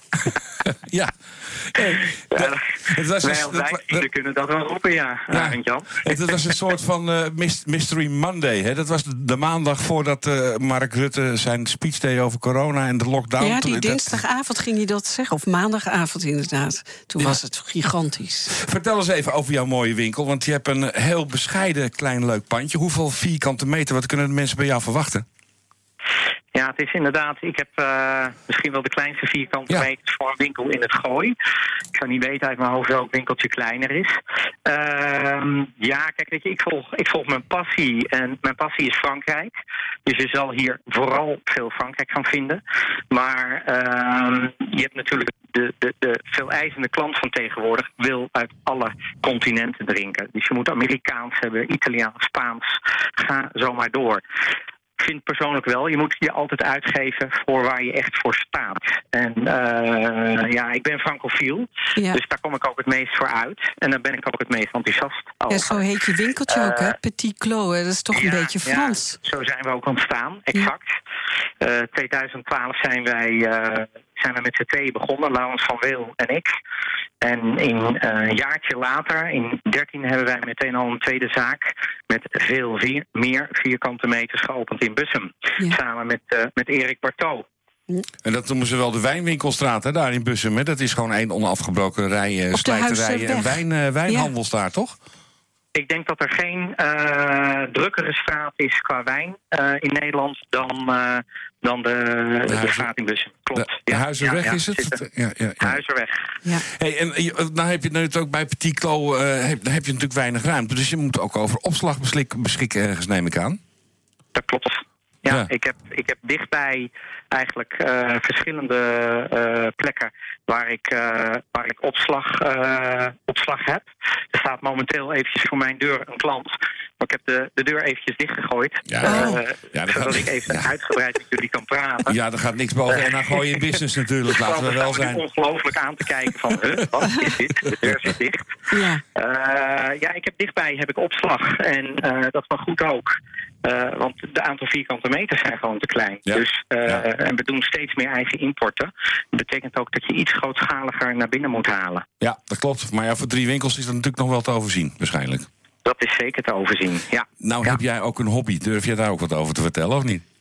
Ja. Hey, ja, het was wij als wijnvrienden kunnen dat wel roepen, ja, ja Arend-Jan. Het was een soort van uh, Mystery Monday. Hè? Dat was de, de maandag voordat uh, Mark Rutte zijn speech deed over corona en de lockdown. Ja, die dinsdagavond ging hij dat zeggen. Of maandagavond inderdaad. Toen ja. was het gigantisch. Vertel eens even over jouw mooie winkel. Want je hebt een heel bescheiden klein leuk pandje. Hoeveel vierkante meter? Wat kunnen de mensen bij jou verwachten? Ja, het is inderdaad, ik heb uh, misschien wel de kleinste vierkante ja. meters voor een winkel in het Gooi. Ik zou niet weten uit mijn hoofd welk winkeltje kleiner is. Uh, ja, kijk, weet je, ik volg, ik volg mijn passie en mijn passie is Frankrijk. Dus je zal hier vooral veel Frankrijk gaan vinden. Maar uh, je hebt natuurlijk de, de, de veeleisende klant van tegenwoordig wil uit alle continenten drinken. Dus je moet Amerikaans hebben, Italiaans, Spaans, ga zo maar door. Ik vind persoonlijk wel, je moet je altijd uitgeven voor waar je echt voor staat. En uh, ja, ik ben francofiel, ja. dus daar kom ik ook het meest voor uit. En daar ben ik ook het meest enthousiast over. Ja, zo heet je winkeltje uh, ook, hè? Petit Clos, dat is toch ja, een beetje Frans. Ja, zo zijn we ook ontstaan, exact. Ja. Uh, tweeduizend twaalf zijn wij, uh, zijn wij met z'n tweeën begonnen, Laurens van Weel en ik. En in, uh, een jaartje later, in dertien, hebben wij meteen al een tweede zaak met veel vier, meer vierkante meters geopend in Bussum. Ja. Samen met, uh, met Erik Barteau. En dat noemen ze wel de Wijnwinkelstraat, hè, daar in Bussum. Hè? Dat is gewoon één onafgebroken rij uh, slijterijen en wijn, uh, wijnhandels ja. daar, toch? Ik denk dat er geen uh, drukkere straat is qua wijn uh, in Nederland dan, uh, dan de, de, de straat in Bussum. Klopt. De, de ja, Huizerweg ja, ja, is het? Ja, ja, ja. Huizerweg. Ja. Hey, en nou heb je het ook bij Petit Clos, uh, heb, heb je natuurlijk weinig ruimte. Dus je moet ook over opslag beschikken, beschikken ergens, neem ik aan. Dat klopt. Ja, ja. Ik, heb, ik heb dichtbij eigenlijk uh, verschillende uh, plekken waar ik, uh, waar ik opslag, uh, opslag heb. Er staat momenteel eventjes voor mijn deur een klant. Maar ik heb de, de deur eventjes dichtgegooid. Ja. Uh, ja, zodat gaat, ik even ja. uitgebreid met jullie kan praten. Ja, er gaat niks boven. En dan gooi je business natuurlijk, laten we wel zijn. Ongelooflijk aan te kijken van, huh, wat is dit? De deur zit dicht. Ja, uh, ja ik heb dichtbij heb ik opslag. En uh, dat was goed ook. Uh, want de aantal vierkante meters zijn gewoon te klein. Ja. Dus, uh, ja. En we doen steeds meer eigen importen. Dat betekent ook dat je iets grootschaliger naar binnen moet halen. Ja, dat klopt. Maar ja, voor drie winkels is dat natuurlijk nog wel te overzien, waarschijnlijk. Dat is zeker te overzien, ja. Nou ja. heb jij ook een hobby. Durf jij daar ook wat over te vertellen, of niet?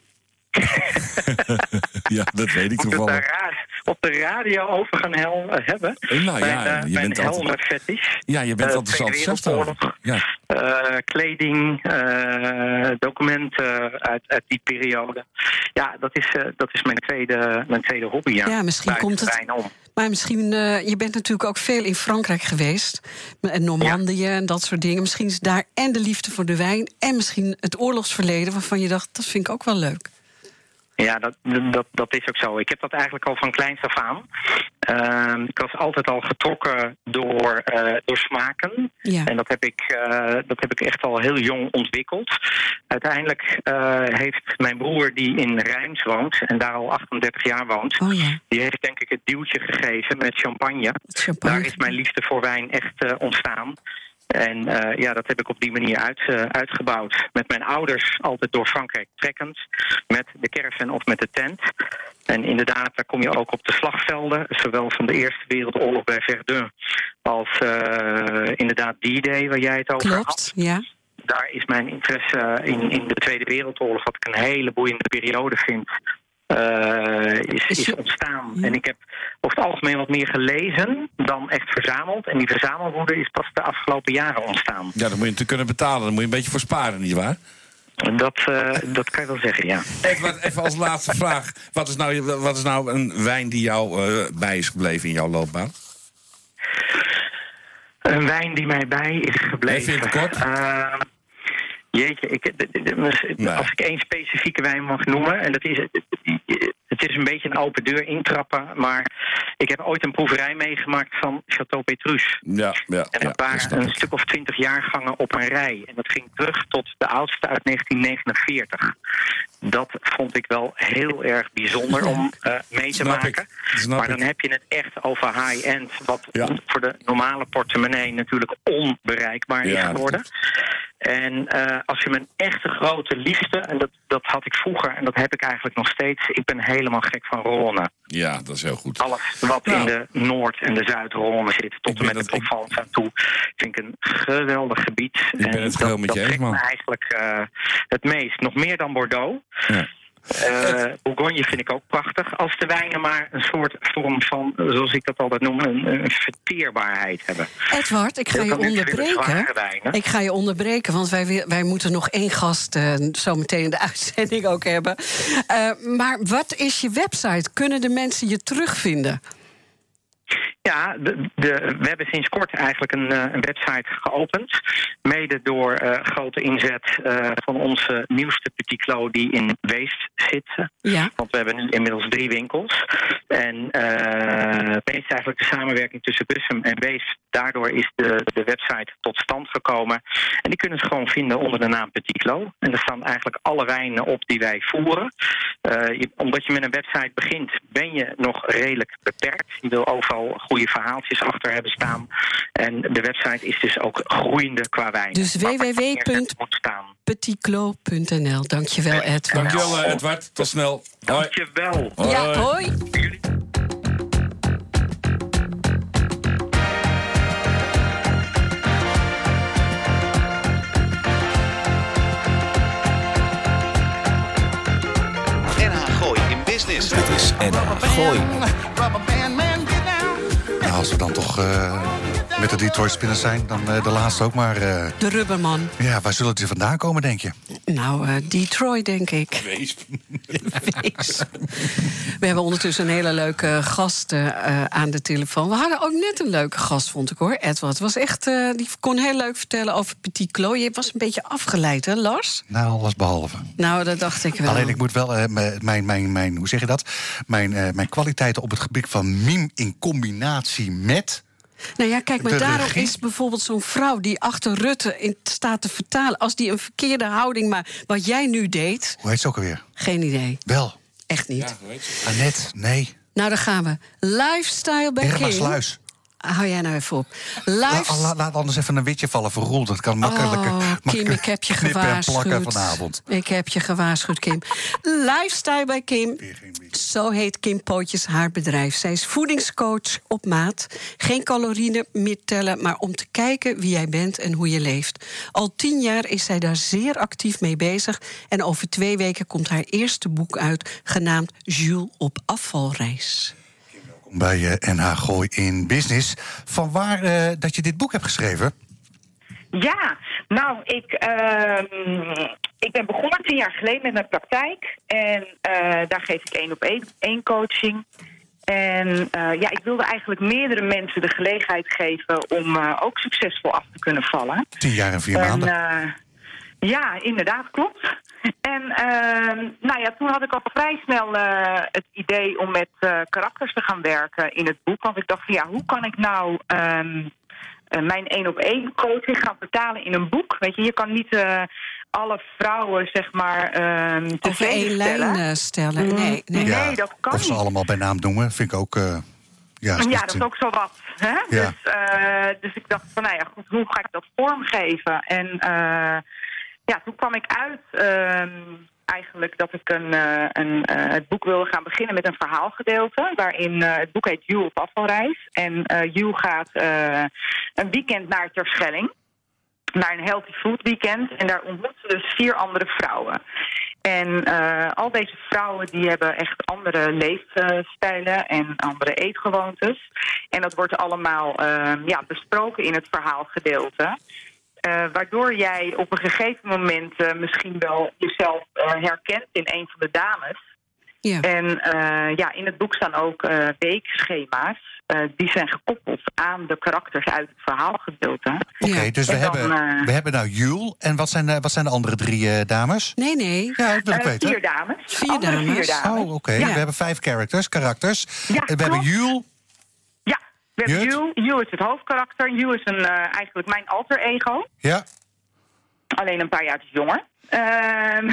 Ja, dat weet ik toevallig. Op de radio over gaan hel hebben. Nou ja, mijn, uh, je mijn bent altijd... fetish. Ja, je bent uh, altijd enthousiast over. Ja. Uh, kleding, uh, documenten uit, uit die periode. Ja, dat is, uh, dat is mijn, tweede, mijn tweede hobby. Ja, ja misschien komt het... Om. Maar misschien, uh, je bent natuurlijk ook veel in Frankrijk geweest. En Normandië ja. en dat soort dingen. Misschien is daar en de liefde voor de wijn... en misschien het oorlogsverleden waarvan je dacht... dat vind ik ook wel leuk. Ja, dat, dat, dat is ook zo. Ik heb dat eigenlijk al van kleins af aan. Uh, ik was altijd al getrokken door, uh, door smaken. Ja. En dat heb, ik, uh, dat heb ik echt al heel jong ontwikkeld. Uiteindelijk uh, heeft mijn broer, die in Reims woont... en daar al achtendertig jaar woont... Oh ja. die heeft denk ik het duwtje gegeven met champagne. champagne. Daar is mijn liefde voor wijn echt uh, ontstaan. En uh, ja, dat heb ik op die manier uit, uh, uitgebouwd. Met mijn ouders altijd door Frankrijk trekkend. Met de caravan of met de tent. En inderdaad, daar kom je ook op de slagvelden. Zowel van de Eerste Wereldoorlog bij Verdun... als uh, inderdaad D-Day, waar jij het over Klopt, had. Ja. Daar is mijn interesse in, in de Tweede Wereldoorlog... wat ik een hele boeiende periode vind... Uh, is, is ontstaan. Ja. En ik heb over het algemeen wat meer gelezen dan echt verzameld. En die verzamelwoede is pas de afgelopen jaren ontstaan. Ja, dan moet je natuurlijk kunnen betalen. Dan moet je een beetje voor sparen, nietwaar? Dat, uh, dat kan je wel zeggen, ja. Even, even als laatste vraag. Wat is, nou, wat is nou een wijn die jou uh, bij is gebleven in jouw loopbaan? Een wijn die mij bij is gebleven? Even in het kort. Uh, Jeetje, ik, nee. als ik één specifieke wijn mag noemen... en dat is, het is een beetje een open deur intrappen... maar ik heb ooit een proeverij meegemaakt van Château Petrus. Ja, ja, en dat ja, waren een ik. stuk of twintig jaargangen op een rij. En dat ging terug tot de oudste uit negentien negenenveertig. Dat vond ik wel heel erg bijzonder om uh, mee te Snap maken. Maar dan ik. heb je het echt over high-end... wat ja. voor de normale portemonnee natuurlijk onbereikbaar ja, is geworden. En uh, als je mijn echte grote liefde, en dat, dat had ik vroeger en dat heb ik eigenlijk nog steeds, ik ben helemaal gek van Rhône. Ja, dat is heel goed. Alles wat nou. in de Noord- en de Zuid-Rhône zit, tot en met de Provence aan toe, vind ik een geweldig gebied. Ik ben en het dat, met dat je trekt eens, man. me eigenlijk uh, het meest. Nog meer dan Bordeaux. Ja. Uh, Bourgogne vind ik ook prachtig. Als de wijnen maar een soort vorm van, zoals ik dat altijd noem, een, een verteerbaarheid hebben. Edward, ik ga je onderbreken. Ik ga je onderbreken, want wij, wij moeten nog één gast uh, zo meteen in de uitzending ook hebben. Uh, maar wat is je website? Kunnen de mensen je terugvinden? Ja, de, de, we hebben sinds kort eigenlijk een, een website geopend. Mede door uh, grote inzet uh, van onze nieuwste Petit Clos die in Weest zit. Ja. Want we hebben nu inmiddels drie winkels. En uh, Weest is eigenlijk de samenwerking tussen Bussum en Weest. Daardoor is de, de website tot stand gekomen. En die kunnen ze gewoon vinden onder de naam Petit Clos. En daar staan eigenlijk alle wijnen op die wij voeren. Uh, je, omdat je met een website begint, ben je nog redelijk beperkt. Je wil overal goede verhaaltjes achter hebben staan. En de website is dus ook groeiende qua wijn. Dus w w w punt petit clos punt n l. Dankjewel, Ed. Dankjewel, Edward. Tot snel. Dankjewel. Hoi. Ja, hoi. N H Gooi in Business. Dit is N H Gooi. Nou, als we dan toch uh, met de Detroit Spinners zijn, dan uh, de laatste ook maar. Uh, de Rubberman. Ja, waar zullen die vandaan komen, denk je? Nou, uh, Detroit, denk ik. Wees. Wees. We hebben ondertussen een hele leuke gast uh, aan de telefoon. We hadden ook net een leuke gast, vond ik hoor, Edward. Was echt, uh, die kon heel leuk vertellen over Petit Clos. Je was een beetje afgeleid, hè, Lars? Nou, alles behalve. Nou, dat dacht ik wel. Alleen ik moet wel, uh, mijn, mijn, mijn, hoe zeg je dat? Mijn, uh, mijn kwaliteiten op het gebied van meme in combinatie met. Nou ja, kijk, maar de daarom regie. is bijvoorbeeld zo'n vrouw die achter Rutte in staat te vertalen. Als die een verkeerde houding, maar wat jij nu deed. Hoe heet ze ook alweer? Geen idee. Wel. Echt niet. Ja, weet je. Annette, nee. Nou, daar gaan we. Lifestyle bij Irma King. Sluis. Hou jij nou even op. La, Life... la, laat anders even een witje vallen voor Roel. Dat kan makkelijker. Oh, Kim, ik heb je gewaarschuwd. Vanavond. Ik heb je gewaarschuwd, Kim. Lifestyle bij Kim. Zo heet Kim Pootjes haar bedrijf. Zij is voedingscoach op maat. Geen calorieën meer tellen, maar om te kijken wie jij bent en hoe je leeft. Al tien jaar is zij daar zeer actief mee bezig. En over twee weken komt haar eerste boek uit, genaamd Jules op afvalreis. Bij uh, N H Gooi in Business. Vanwaar uh, dat je dit boek hebt geschreven? Ja, nou, ik, uh, ik ben begonnen tien jaar geleden met mijn praktijk. En uh, daar geef ik één op één, één coaching. En uh, ja, ik wilde eigenlijk meerdere mensen de gelegenheid geven om uh, ook succesvol af te kunnen vallen. Tien jaar en vier en, maanden. Uh, ja, inderdaad, klopt. En uh, nou ja, toen had ik al vrij snel uh, het idee om met uh, karakters te gaan werken in het boek. Want ik dacht van ja, hoe kan ik nou um, uh, mijn één op één coaching gaan vertalen in een boek? Weet je, je kan niet uh, alle vrouwen zeg maar um, over één lijn uh, stellen. Mm, Nee, nee. Ja, nee, dat kan of ze niet. allemaal bij naam noemen, vind ik ook. Uh, ja, is ja, dat is ook zo wat. Hè? Ja. Dus, uh, dus ik dacht van nou ja, goed, hoe ga ik dat vormgeven? En uh, ja, toen kwam ik uit uh, eigenlijk dat ik een, uh, een, uh, het boek wilde gaan beginnen met een verhaalgedeelte. Waarin uh, het boek heet Jules op afvalreis. En uh, Jules gaat uh, een weekend naar Terschelling. Naar een healthy food weekend. En daar ontmoet ze dus vier andere vrouwen. En uh, al deze vrouwen die hebben echt andere leefstijlen en andere eetgewoontes. En dat wordt allemaal uh, ja, besproken in het verhaalgedeelte. Uh, waardoor jij op een gegeven moment uh, misschien wel jezelf uh, herkent in een van de dames. Ja. En uh, ja, in het boek staan ook uh, weekschema's. Uh, die zijn gekoppeld aan de karakters uit het verhaalgedeelte. Oké, okay, Ja. dus we En dan, hebben, uh, we hebben nou Jules. En wat zijn, uh, wat zijn de andere drie uh, dames? Nee, nee. Ja, dat wil ik Uh, weten. vier dames. Vier Andere dames. Vier dames. Oh, oké. Okay. Ja. We hebben vijf characters, karakters. Ja, en we klopt. hebben Jules. Ja, we hebben Jut? Jules. Jules is het hoofdkarakter. Jules is een, uh, eigenlijk mijn alter ego. Ja. Alleen een paar jaar jonger. Uh,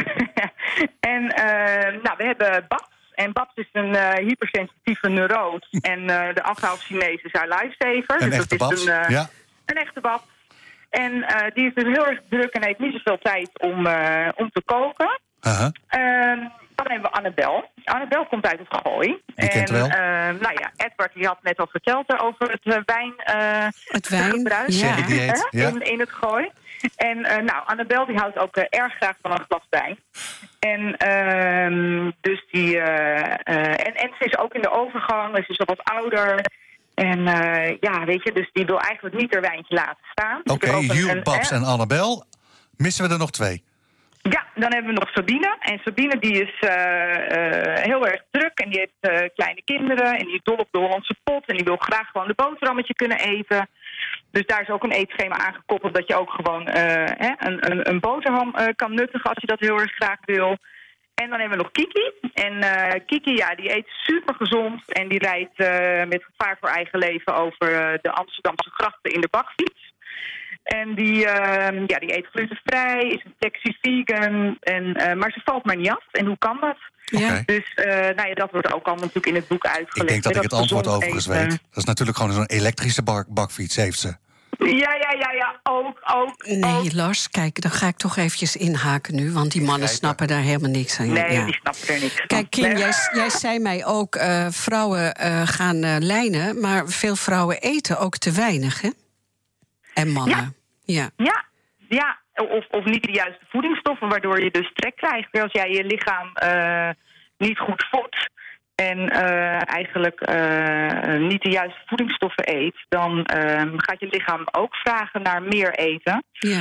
en uh, nou, we hebben Babs. En Babs is een uh, hypersensitieve neuroot. En uh, de afgehaald Chinees is haar lifesaver. Een dus echte dat Babs. is een, uh, Ja. een echte Babs. En uh, die is dus heel erg druk en heeft niet zoveel tijd om, uh, om te koken. Uh-huh. Uh, dan hebben we Annabel. Annabel komt uit het Gooi. Die kent en, wel. Uh, nou ja, Edward die had net al verteld over het uh, wijn, uh, Het wijn, gebruik ja. Sherry dieet, hè, ja. in, in het Gooi. En uh, nou, Annabel die houdt ook uh, erg graag van een glas wijn. En uh, dus die... Uh, uh, en, en ze is ook in de overgang, ze is al wat ouder. En uh, ja, weet je, dus die wil eigenlijk niet haar wijntje laten staan. Oké, okay, Hugh, Babs en Annabel. Missen we er nog twee? Ja, dan hebben we nog Sabine. En Sabine die is uh, uh, heel erg druk en die heeft uh, kleine kinderen. En die is dol op de Hollandse pot. En die wil graag gewoon de boterhammetje kunnen eten. Dus daar is ook een eetschema aangekoppeld dat je ook gewoon uh, hè, een, een, een boterham uh, kan nuttigen als je dat heel erg graag wil. En dan hebben we nog Kiki. En uh, Kiki, ja, die eet super gezond. En die rijdt uh, met gevaar voor eigen leven over uh, de Amsterdamse grachten in de bakfiets. En die, uh, ja, die eet glutenvrij, is een sexy vegan. En, uh, maar ze valt maar niet af. En hoe kan dat? Okay. Dus uh, nou ja, dat wordt ook allemaal natuurlijk in het boek uitgelegd. Ik denk dat hè, ik het antwoord overigens eten. weet. Dat is natuurlijk gewoon zo'n elektrische bak- bakfiets, heeft ze. Ja, ja, ja, ja, ook, ook. Nee, ook. Lars, kijk, dan ga ik toch eventjes inhaken nu. Want die mannen snappen daar helemaal niks aan. Nee, ja. die snappen er niks van. Kijk, Kim, Nee. jij, jij zei mij ook, uh, vrouwen uh, gaan uh, lijnen... maar veel vrouwen eten ook te weinig, hè? En mannen. Ja, ja. ja, ja. Of, of niet de juiste voedingsstoffen, waardoor je dus trek krijgt. Als jij je lichaam uh, niet goed voedt... en uh, eigenlijk uh, niet de juiste voedingsstoffen eet... dan uh, gaat je lichaam ook vragen naar meer eten. ja.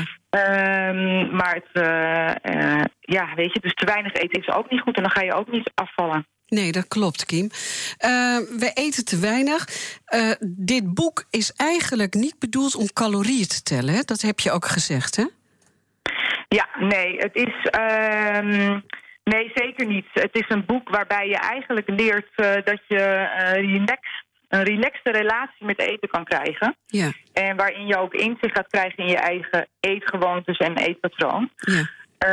Um, maar het, uh, uh, ja, weet je, dus te weinig eten is ook niet goed... en dan ga je ook niet afvallen. Nee, dat klopt, Kim. Uh, we eten te weinig. Uh, dit boek is eigenlijk niet bedoeld om calorieën te tellen, hè? Dat heb je ook gezegd, hè? Ja, nee, het is... Um, nee, zeker niet. Het is een boek waarbij je eigenlijk leert uh, dat je uh, relax, een relaxte relatie met eten kan krijgen. Ja. En waarin je ook inzicht gaat krijgen in je eigen eetgewoontes en eetpatroon. Ja.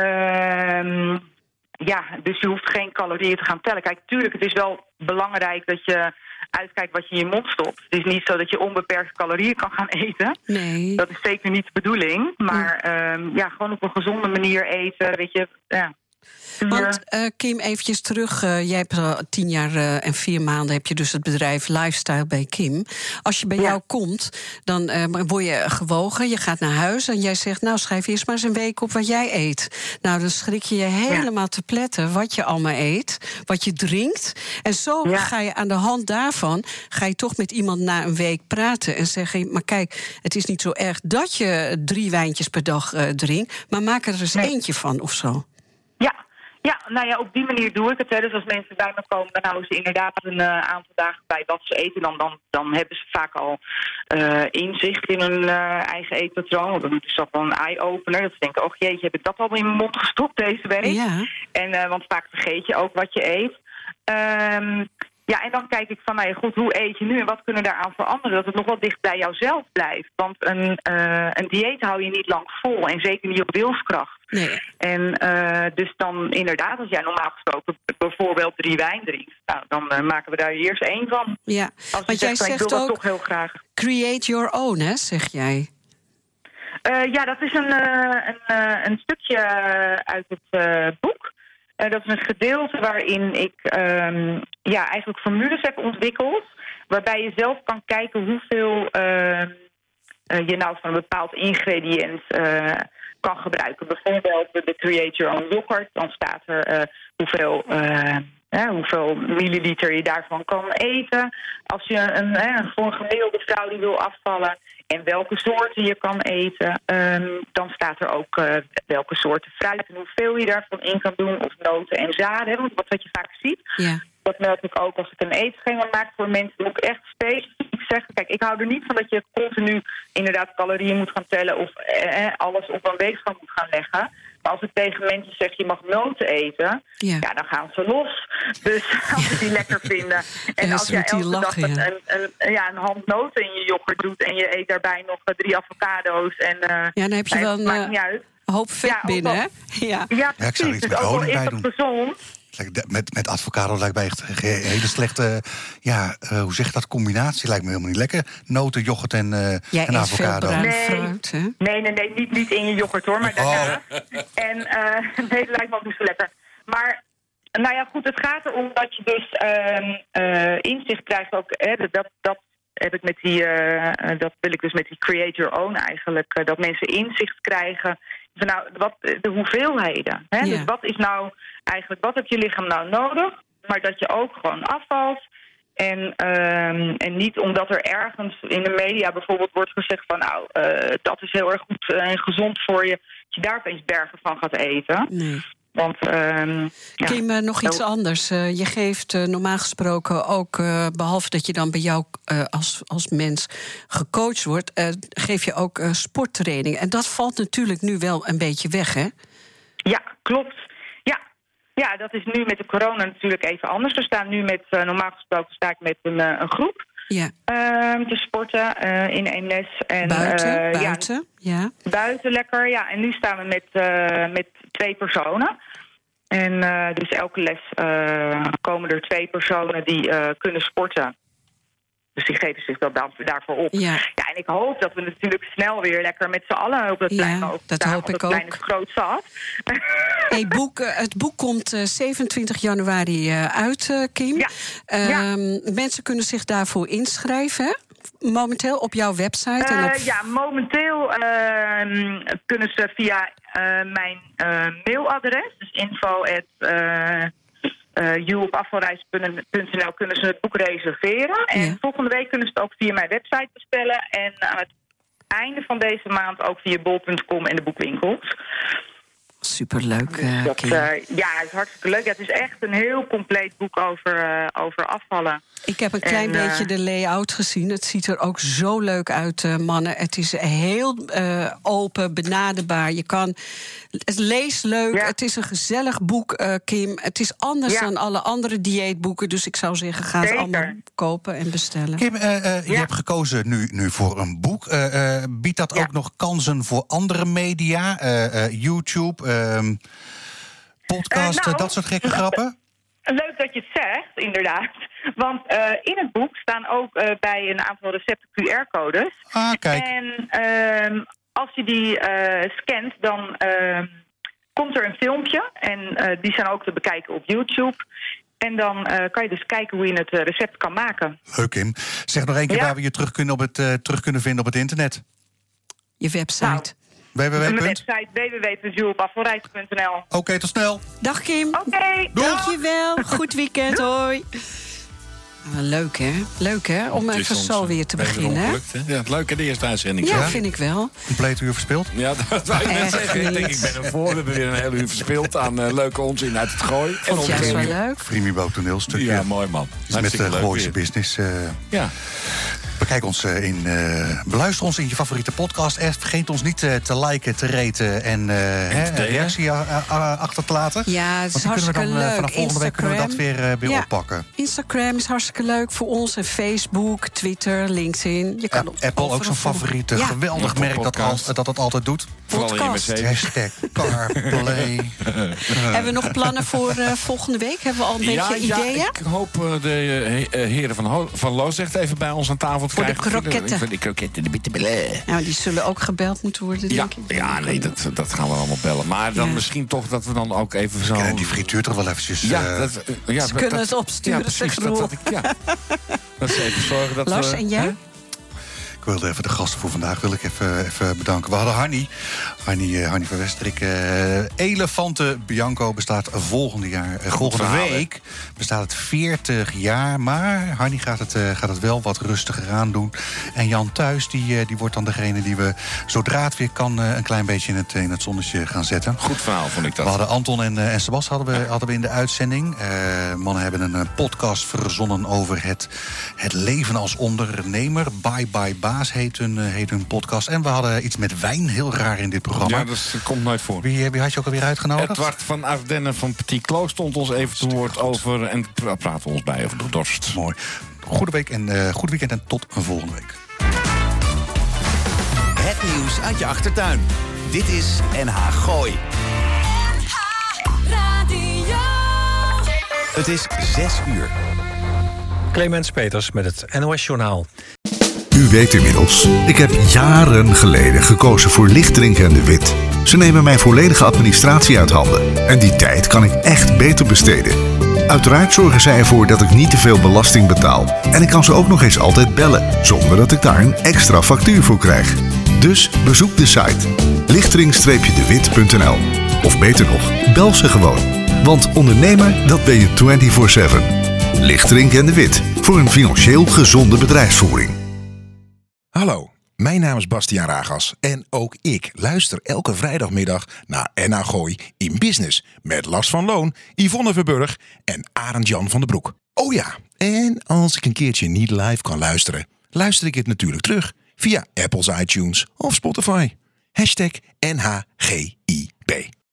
Um, ja, dus je hoeft geen calorieën te gaan tellen. Kijk, tuurlijk, het is wel belangrijk dat je uitkijkt wat je in je mond stopt. Het is niet zo dat je onbeperkt calorieën kan gaan eten. Nee. Dat is zeker niet de bedoeling. Maar ja, um, ja gewoon op een gezonde manier eten, weet je, ja. Want uh, Kim, eventjes terug. Uh, jij hebt al tien jaar uh, en vier maanden heb je dus het bedrijf Lifestyle bij Kim. Als je bij ja. jou komt, dan uh, word je gewogen. Je gaat naar huis en jij zegt, nou schrijf eerst maar eens een week op wat jij eet. Nou, dan schrik je je helemaal ja. te pletten wat je allemaal eet, wat je drinkt. En zo ja. ga je aan de hand daarvan, ga je toch met iemand na een week praten en zeggen, maar kijk, het is niet zo erg dat je drie wijntjes per dag uh, drinkt, maar maak er eens nee. eentje van of zo. Ja. Ja, nou ja, op die manier doe ik het. Hè. Dus als mensen bij me komen, dan houden ze inderdaad een uh, aantal dagen bij wat ze eten. Dan, dan, dan hebben ze vaak al uh, inzicht in hun uh, eigen eetpatroon. Dan is dat wel een eye-opener. Dat ze denken, oh jeetje, heb ik dat al in mijn mond gestopt deze week? Ja. En, uh, want vaak vergeet je ook wat je eet. Um, Ja, en dan kijk ik van, nou ja, goed, hoe eet je nu en wat kunnen we daaraan veranderen? Dat het nog wel dicht bij jouzelf blijft. Want een, uh, een dieet hou je niet lang vol en zeker niet op wilskracht. Nee. En uh, dus dan inderdaad, als jij normaal gesproken bijvoorbeeld drie wijn drinkt, nou, dan uh, maken we daar eerst één van. Ja, als want jij zegt, ik wil ook, dat toch heel graag. Create your own, hè, zeg jij. Uh, ja, dat is een, uh, een, uh, een stukje uit het uh, boek. Uh, dat is een gedeelte waarin ik um, ja, eigenlijk formules heb ontwikkeld, waarbij je zelf kan kijken hoeveel uh, uh, je nou van een bepaald ingrediënt uh, kan gebruiken. Bijvoorbeeld de Create Your Own yoghurt, dan staat er uh, hoeveel, uh, uh, hoeveel milliliter je daarvan kan eten. Als je een, uh, voor een gemiddelde vrouw die wil afvallen en welke soorten je kan eten, um, dan staat er ook uh, welke soorten fruit en hoeveel je daarvan in kan doen, of noten en zaden. Want wat, wat je vaak ziet, ja. dat merk ik ook als ik een eetschema maak voor mensen, moet ik echt specifiek zeggen, kijk, ik hou er niet van dat je continu inderdaad calorieën moet gaan tellen of eh, alles op een weegschaal moet gaan leggen. Maar als ik tegen mensen zeg, je mag noten eten, ja, ja dan gaan ze los. Dus als ze die lekker vinden. En ja, als jij elke lachen, dag ja. een, een, een, ja, een hand noten in je yoghurt doet en je eet daarbij nog uh, drie avocado's. En, uh, ja, dan heb je wel een uh, hoop vet ja, binnen, al, hè? Ja, ja ja ik zou er iets precies. Dus met ook al honing is bij dat doen. gezond. Met, met avocado lijkt mij echt een hele slechte, ja, uh, hoe zeg je dat, combinatie lijkt me helemaal niet lekker. Noten, yoghurt en, uh, Jij en avocado. Nee, fruit, hè? nee, nee, nee, niet, niet in je yoghurt hoor, maar daarna. Oh. En uh, nee, dat lijkt me ook niet zo lekker. Maar, nou ja, goed, het gaat erom dat je dus uh, uh, inzicht krijgt ook, hè, dat, dat heb ik met die, uh, dat wil ik dus met die create your own eigenlijk, uh, dat mensen inzicht krijgen van nou, wat, de hoeveelheden. Hè? Ja. Dus wat is nou eigenlijk, wat heb je lichaam nou nodig, maar dat je ook gewoon afvalt. En, um, en niet omdat er ergens in de media bijvoorbeeld wordt gezegd van nou, uh, dat is heel erg goed en gezond voor je, dat je daar opeens bergen van gaat eten. Nee. Want, um, ja. Kim, uh, nog iets anders. Uh, je geeft uh, normaal gesproken ook, uh, behalve dat je dan bij jou uh, als, als mens gecoacht wordt, uh, geef je ook uh, sporttraining. En dat valt natuurlijk nu wel een beetje weg, hè? Ja, klopt. Ja, ja, dat is nu met de corona natuurlijk even anders. We staan nu met, uh, normaal gesproken sta ik met een, uh, een groep. Ja. Uh, te sporten uh, in één les. En, buiten, uh, buiten, ja, ja. Buiten, lekker, ja. En nu staan we met, uh, met twee personen. En uh, dus elke les uh, komen er twee personen die uh, kunnen sporten. Dus die geven zich dat daarvoor op. Ja. Ja, en ik hoop dat we natuurlijk snel weer lekker met z'n allen op het ja, plein mogen dat staan, hoop ik het plein ook. is groot zat. Hey, boek, uh, het boek komt uh, zevenentwintig januari uh, uit, uh, Kim. Ja. Uh, ja. Mensen kunnen zich daarvoor inschrijven, hè? Momenteel op jouw website? Uh, en op... Ja, momenteel uh, kunnen ze via uh, mijn uh, mailadres, dus info at you op afvalreis punt n l kunnen ze het boek reserveren. En ja. volgende week kunnen ze het ook via mijn website bestellen. En aan het einde van deze maand ook via bol punt com en de boekwinkels. Superleuk, uh, dat, Kim. uh, ja, het is hartstikke leuk. Ja, het is echt een heel compleet boek over, uh, over afvallen. Ik heb een klein en, beetje uh, de layout gezien. Het ziet er ook zo leuk uit, uh, mannen. Het is heel uh, open, benaderbaar. Je kan, het leest leuk. Ja. Het is een gezellig boek, uh, Kim. Het is anders ja. dan alle andere dieetboeken. Dus ik zou zeggen, ga Zeker. het allemaal kopen en bestellen. Kim, uh, uh, ja. je hebt gekozen nu, nu voor een boek. Uh, uh, biedt dat ja. ook nog kansen voor andere media? Uh, uh, YouTube, uh, podcast, uh, nou, dat soort gekke grappen? Leuk dat je het zegt, inderdaad. Want uh, in het boek staan ook uh, bij een aantal recepten Q R-codes. Ah, kijk. En uh, als je die uh, scant, dan uh, komt er een filmpje. En uh, die zijn ook te bekijken op YouTube. En dan uh, kan je dus kijken hoe je het uh, recept kan maken. Leuk, Kim. Zeg nog één keer ja. waar we je terug kunnen, op het, uh, terug kunnen vinden op het internet. Je website. Nou, w w w. Mijn website w w w punt you op afvalreis punt n l. Oké, okay, tot snel. Dag Kim. Oké. Okay, dankjewel. Goed weekend. Hoi. Ah, leuk, hè? Leuk, hè? Om even zo weer te beginnen. Hè? Ja, het leuke de eerste uitzending. Ja, ja, vind ik wel. Compleet uur verspild? Ja, dat zou je net zeggen. Ik denk, ik ben ervoor. We hebben weer een hele uur verspild aan uh, leuke onzin uit het gooi. Vond en juist wel leuk. Freemibo toneelstukje. Ja, mooi man. Is met de uh, Gooise Business. Uh, ja. Bekijk ons uh, in, uh, beluister ons in je favoriete podcast. En vergeet ons niet uh, te liken, te raten en, uh, hè, een reactie uh, uh, achter te laten. Ja, het is Want hartstikke dan, uh, leuk. Vanaf volgende week kunnen we dat weer, uh, weer ja. oppakken. Instagram is hartstikke leuk voor ons. En Facebook, Twitter, LinkedIn. Je kan uh, Apple ook zo'n favoriete. Ja. Geweldig ja. merk dat, al, dat dat altijd doet. Podcast. Hashtag CarPlay. Hebben we nog plannen voor uh, volgende week? Hebben we al een ja, beetje ja, ideeën? Ik hoop uh, de uh, heren van, Ho- van Loosdrecht even bij ons aan tafel te voor krijgen. De kroketten. Voor de kroketten. De bitterballen. Nou, die zullen ook gebeld moeten worden, denk ja, ik. Ja, nee, dat, dat gaan we allemaal bellen. Maar dan ja. misschien toch dat we dan ook even zo... Ja, die frituur toch wel eventjes... Ja, uh... dat, uh, ja, ze dat, kunnen dat, het opsturen, ja, precies, zeg dat, dat, ja. Dat is even zorgen dat Lars, we... en jij? Hè? Ik wilde even de gasten voor vandaag wil ik even, even bedanken. We hadden Hanny, Hanny, uh, Hanny van Westerik. Uh, Elefante Bianco bestaat volgende jaar, uh, volgende verhaal, week bestaat het veertig jaar. Maar Hanny gaat het, uh, gaat het wel wat rustiger aan doen. En Jan Thuis, die, uh, die wordt dan degene die we zodra het weer kan uh, een klein beetje in het, in het zonnetje gaan zetten. Goed verhaal, vond ik dat. We hadden Anton en, uh, en Sebas hadden we, hadden we in de uitzending. Uh, mannen hebben een uh, podcast verzonnen over het, het leven als ondernemer. Bye Bye Bye. Heet hun, heet hun podcast. En we hadden iets met wijn, heel raar in dit programma. Ja, dat komt nooit voor. Wie, wie had je ook alweer uitgenodigd? Edward van Ardennen van Petit Clos stond ons even te woord over... en praten we ons bij over de dorst. Mooi. Goede week en, uh, goed weekend en tot een volgende week. Het nieuws uit je achtertuin. Dit is N H Gooi. N H Radio. Het is zes uur. Clemens Peters met het N O S-journaal. U weet inmiddels, ik heb jaren geleden gekozen voor Lichtdrinken en de Wit. Ze nemen mijn volledige administratie uit handen. En die tijd kan ik echt beter besteden. Uiteraard zorgen zij ervoor dat ik niet te veel belasting betaal. En ik kan ze ook nog eens altijd bellen, zonder dat ik daar een extra factuur voor krijg. Dus bezoek de site lichtering de wit punt n l. Of beter nog, bel ze gewoon. Want ondernemer, dat ben je vierentwintig zeven. Lichtering en de Wit, voor een financieel gezonde bedrijfsvoering. Hallo, mijn naam is Bastiaan Ragas en ook ik luister elke vrijdagmiddag naar N H Gooi in Business met Lars van Loon, Yvonne Verburg en Arend Jan van den Broek. Oh ja, en als ik een keertje niet live kan luisteren, luister ik het natuurlijk terug via Apple's iTunes of Spotify. Hashtag N H G I P.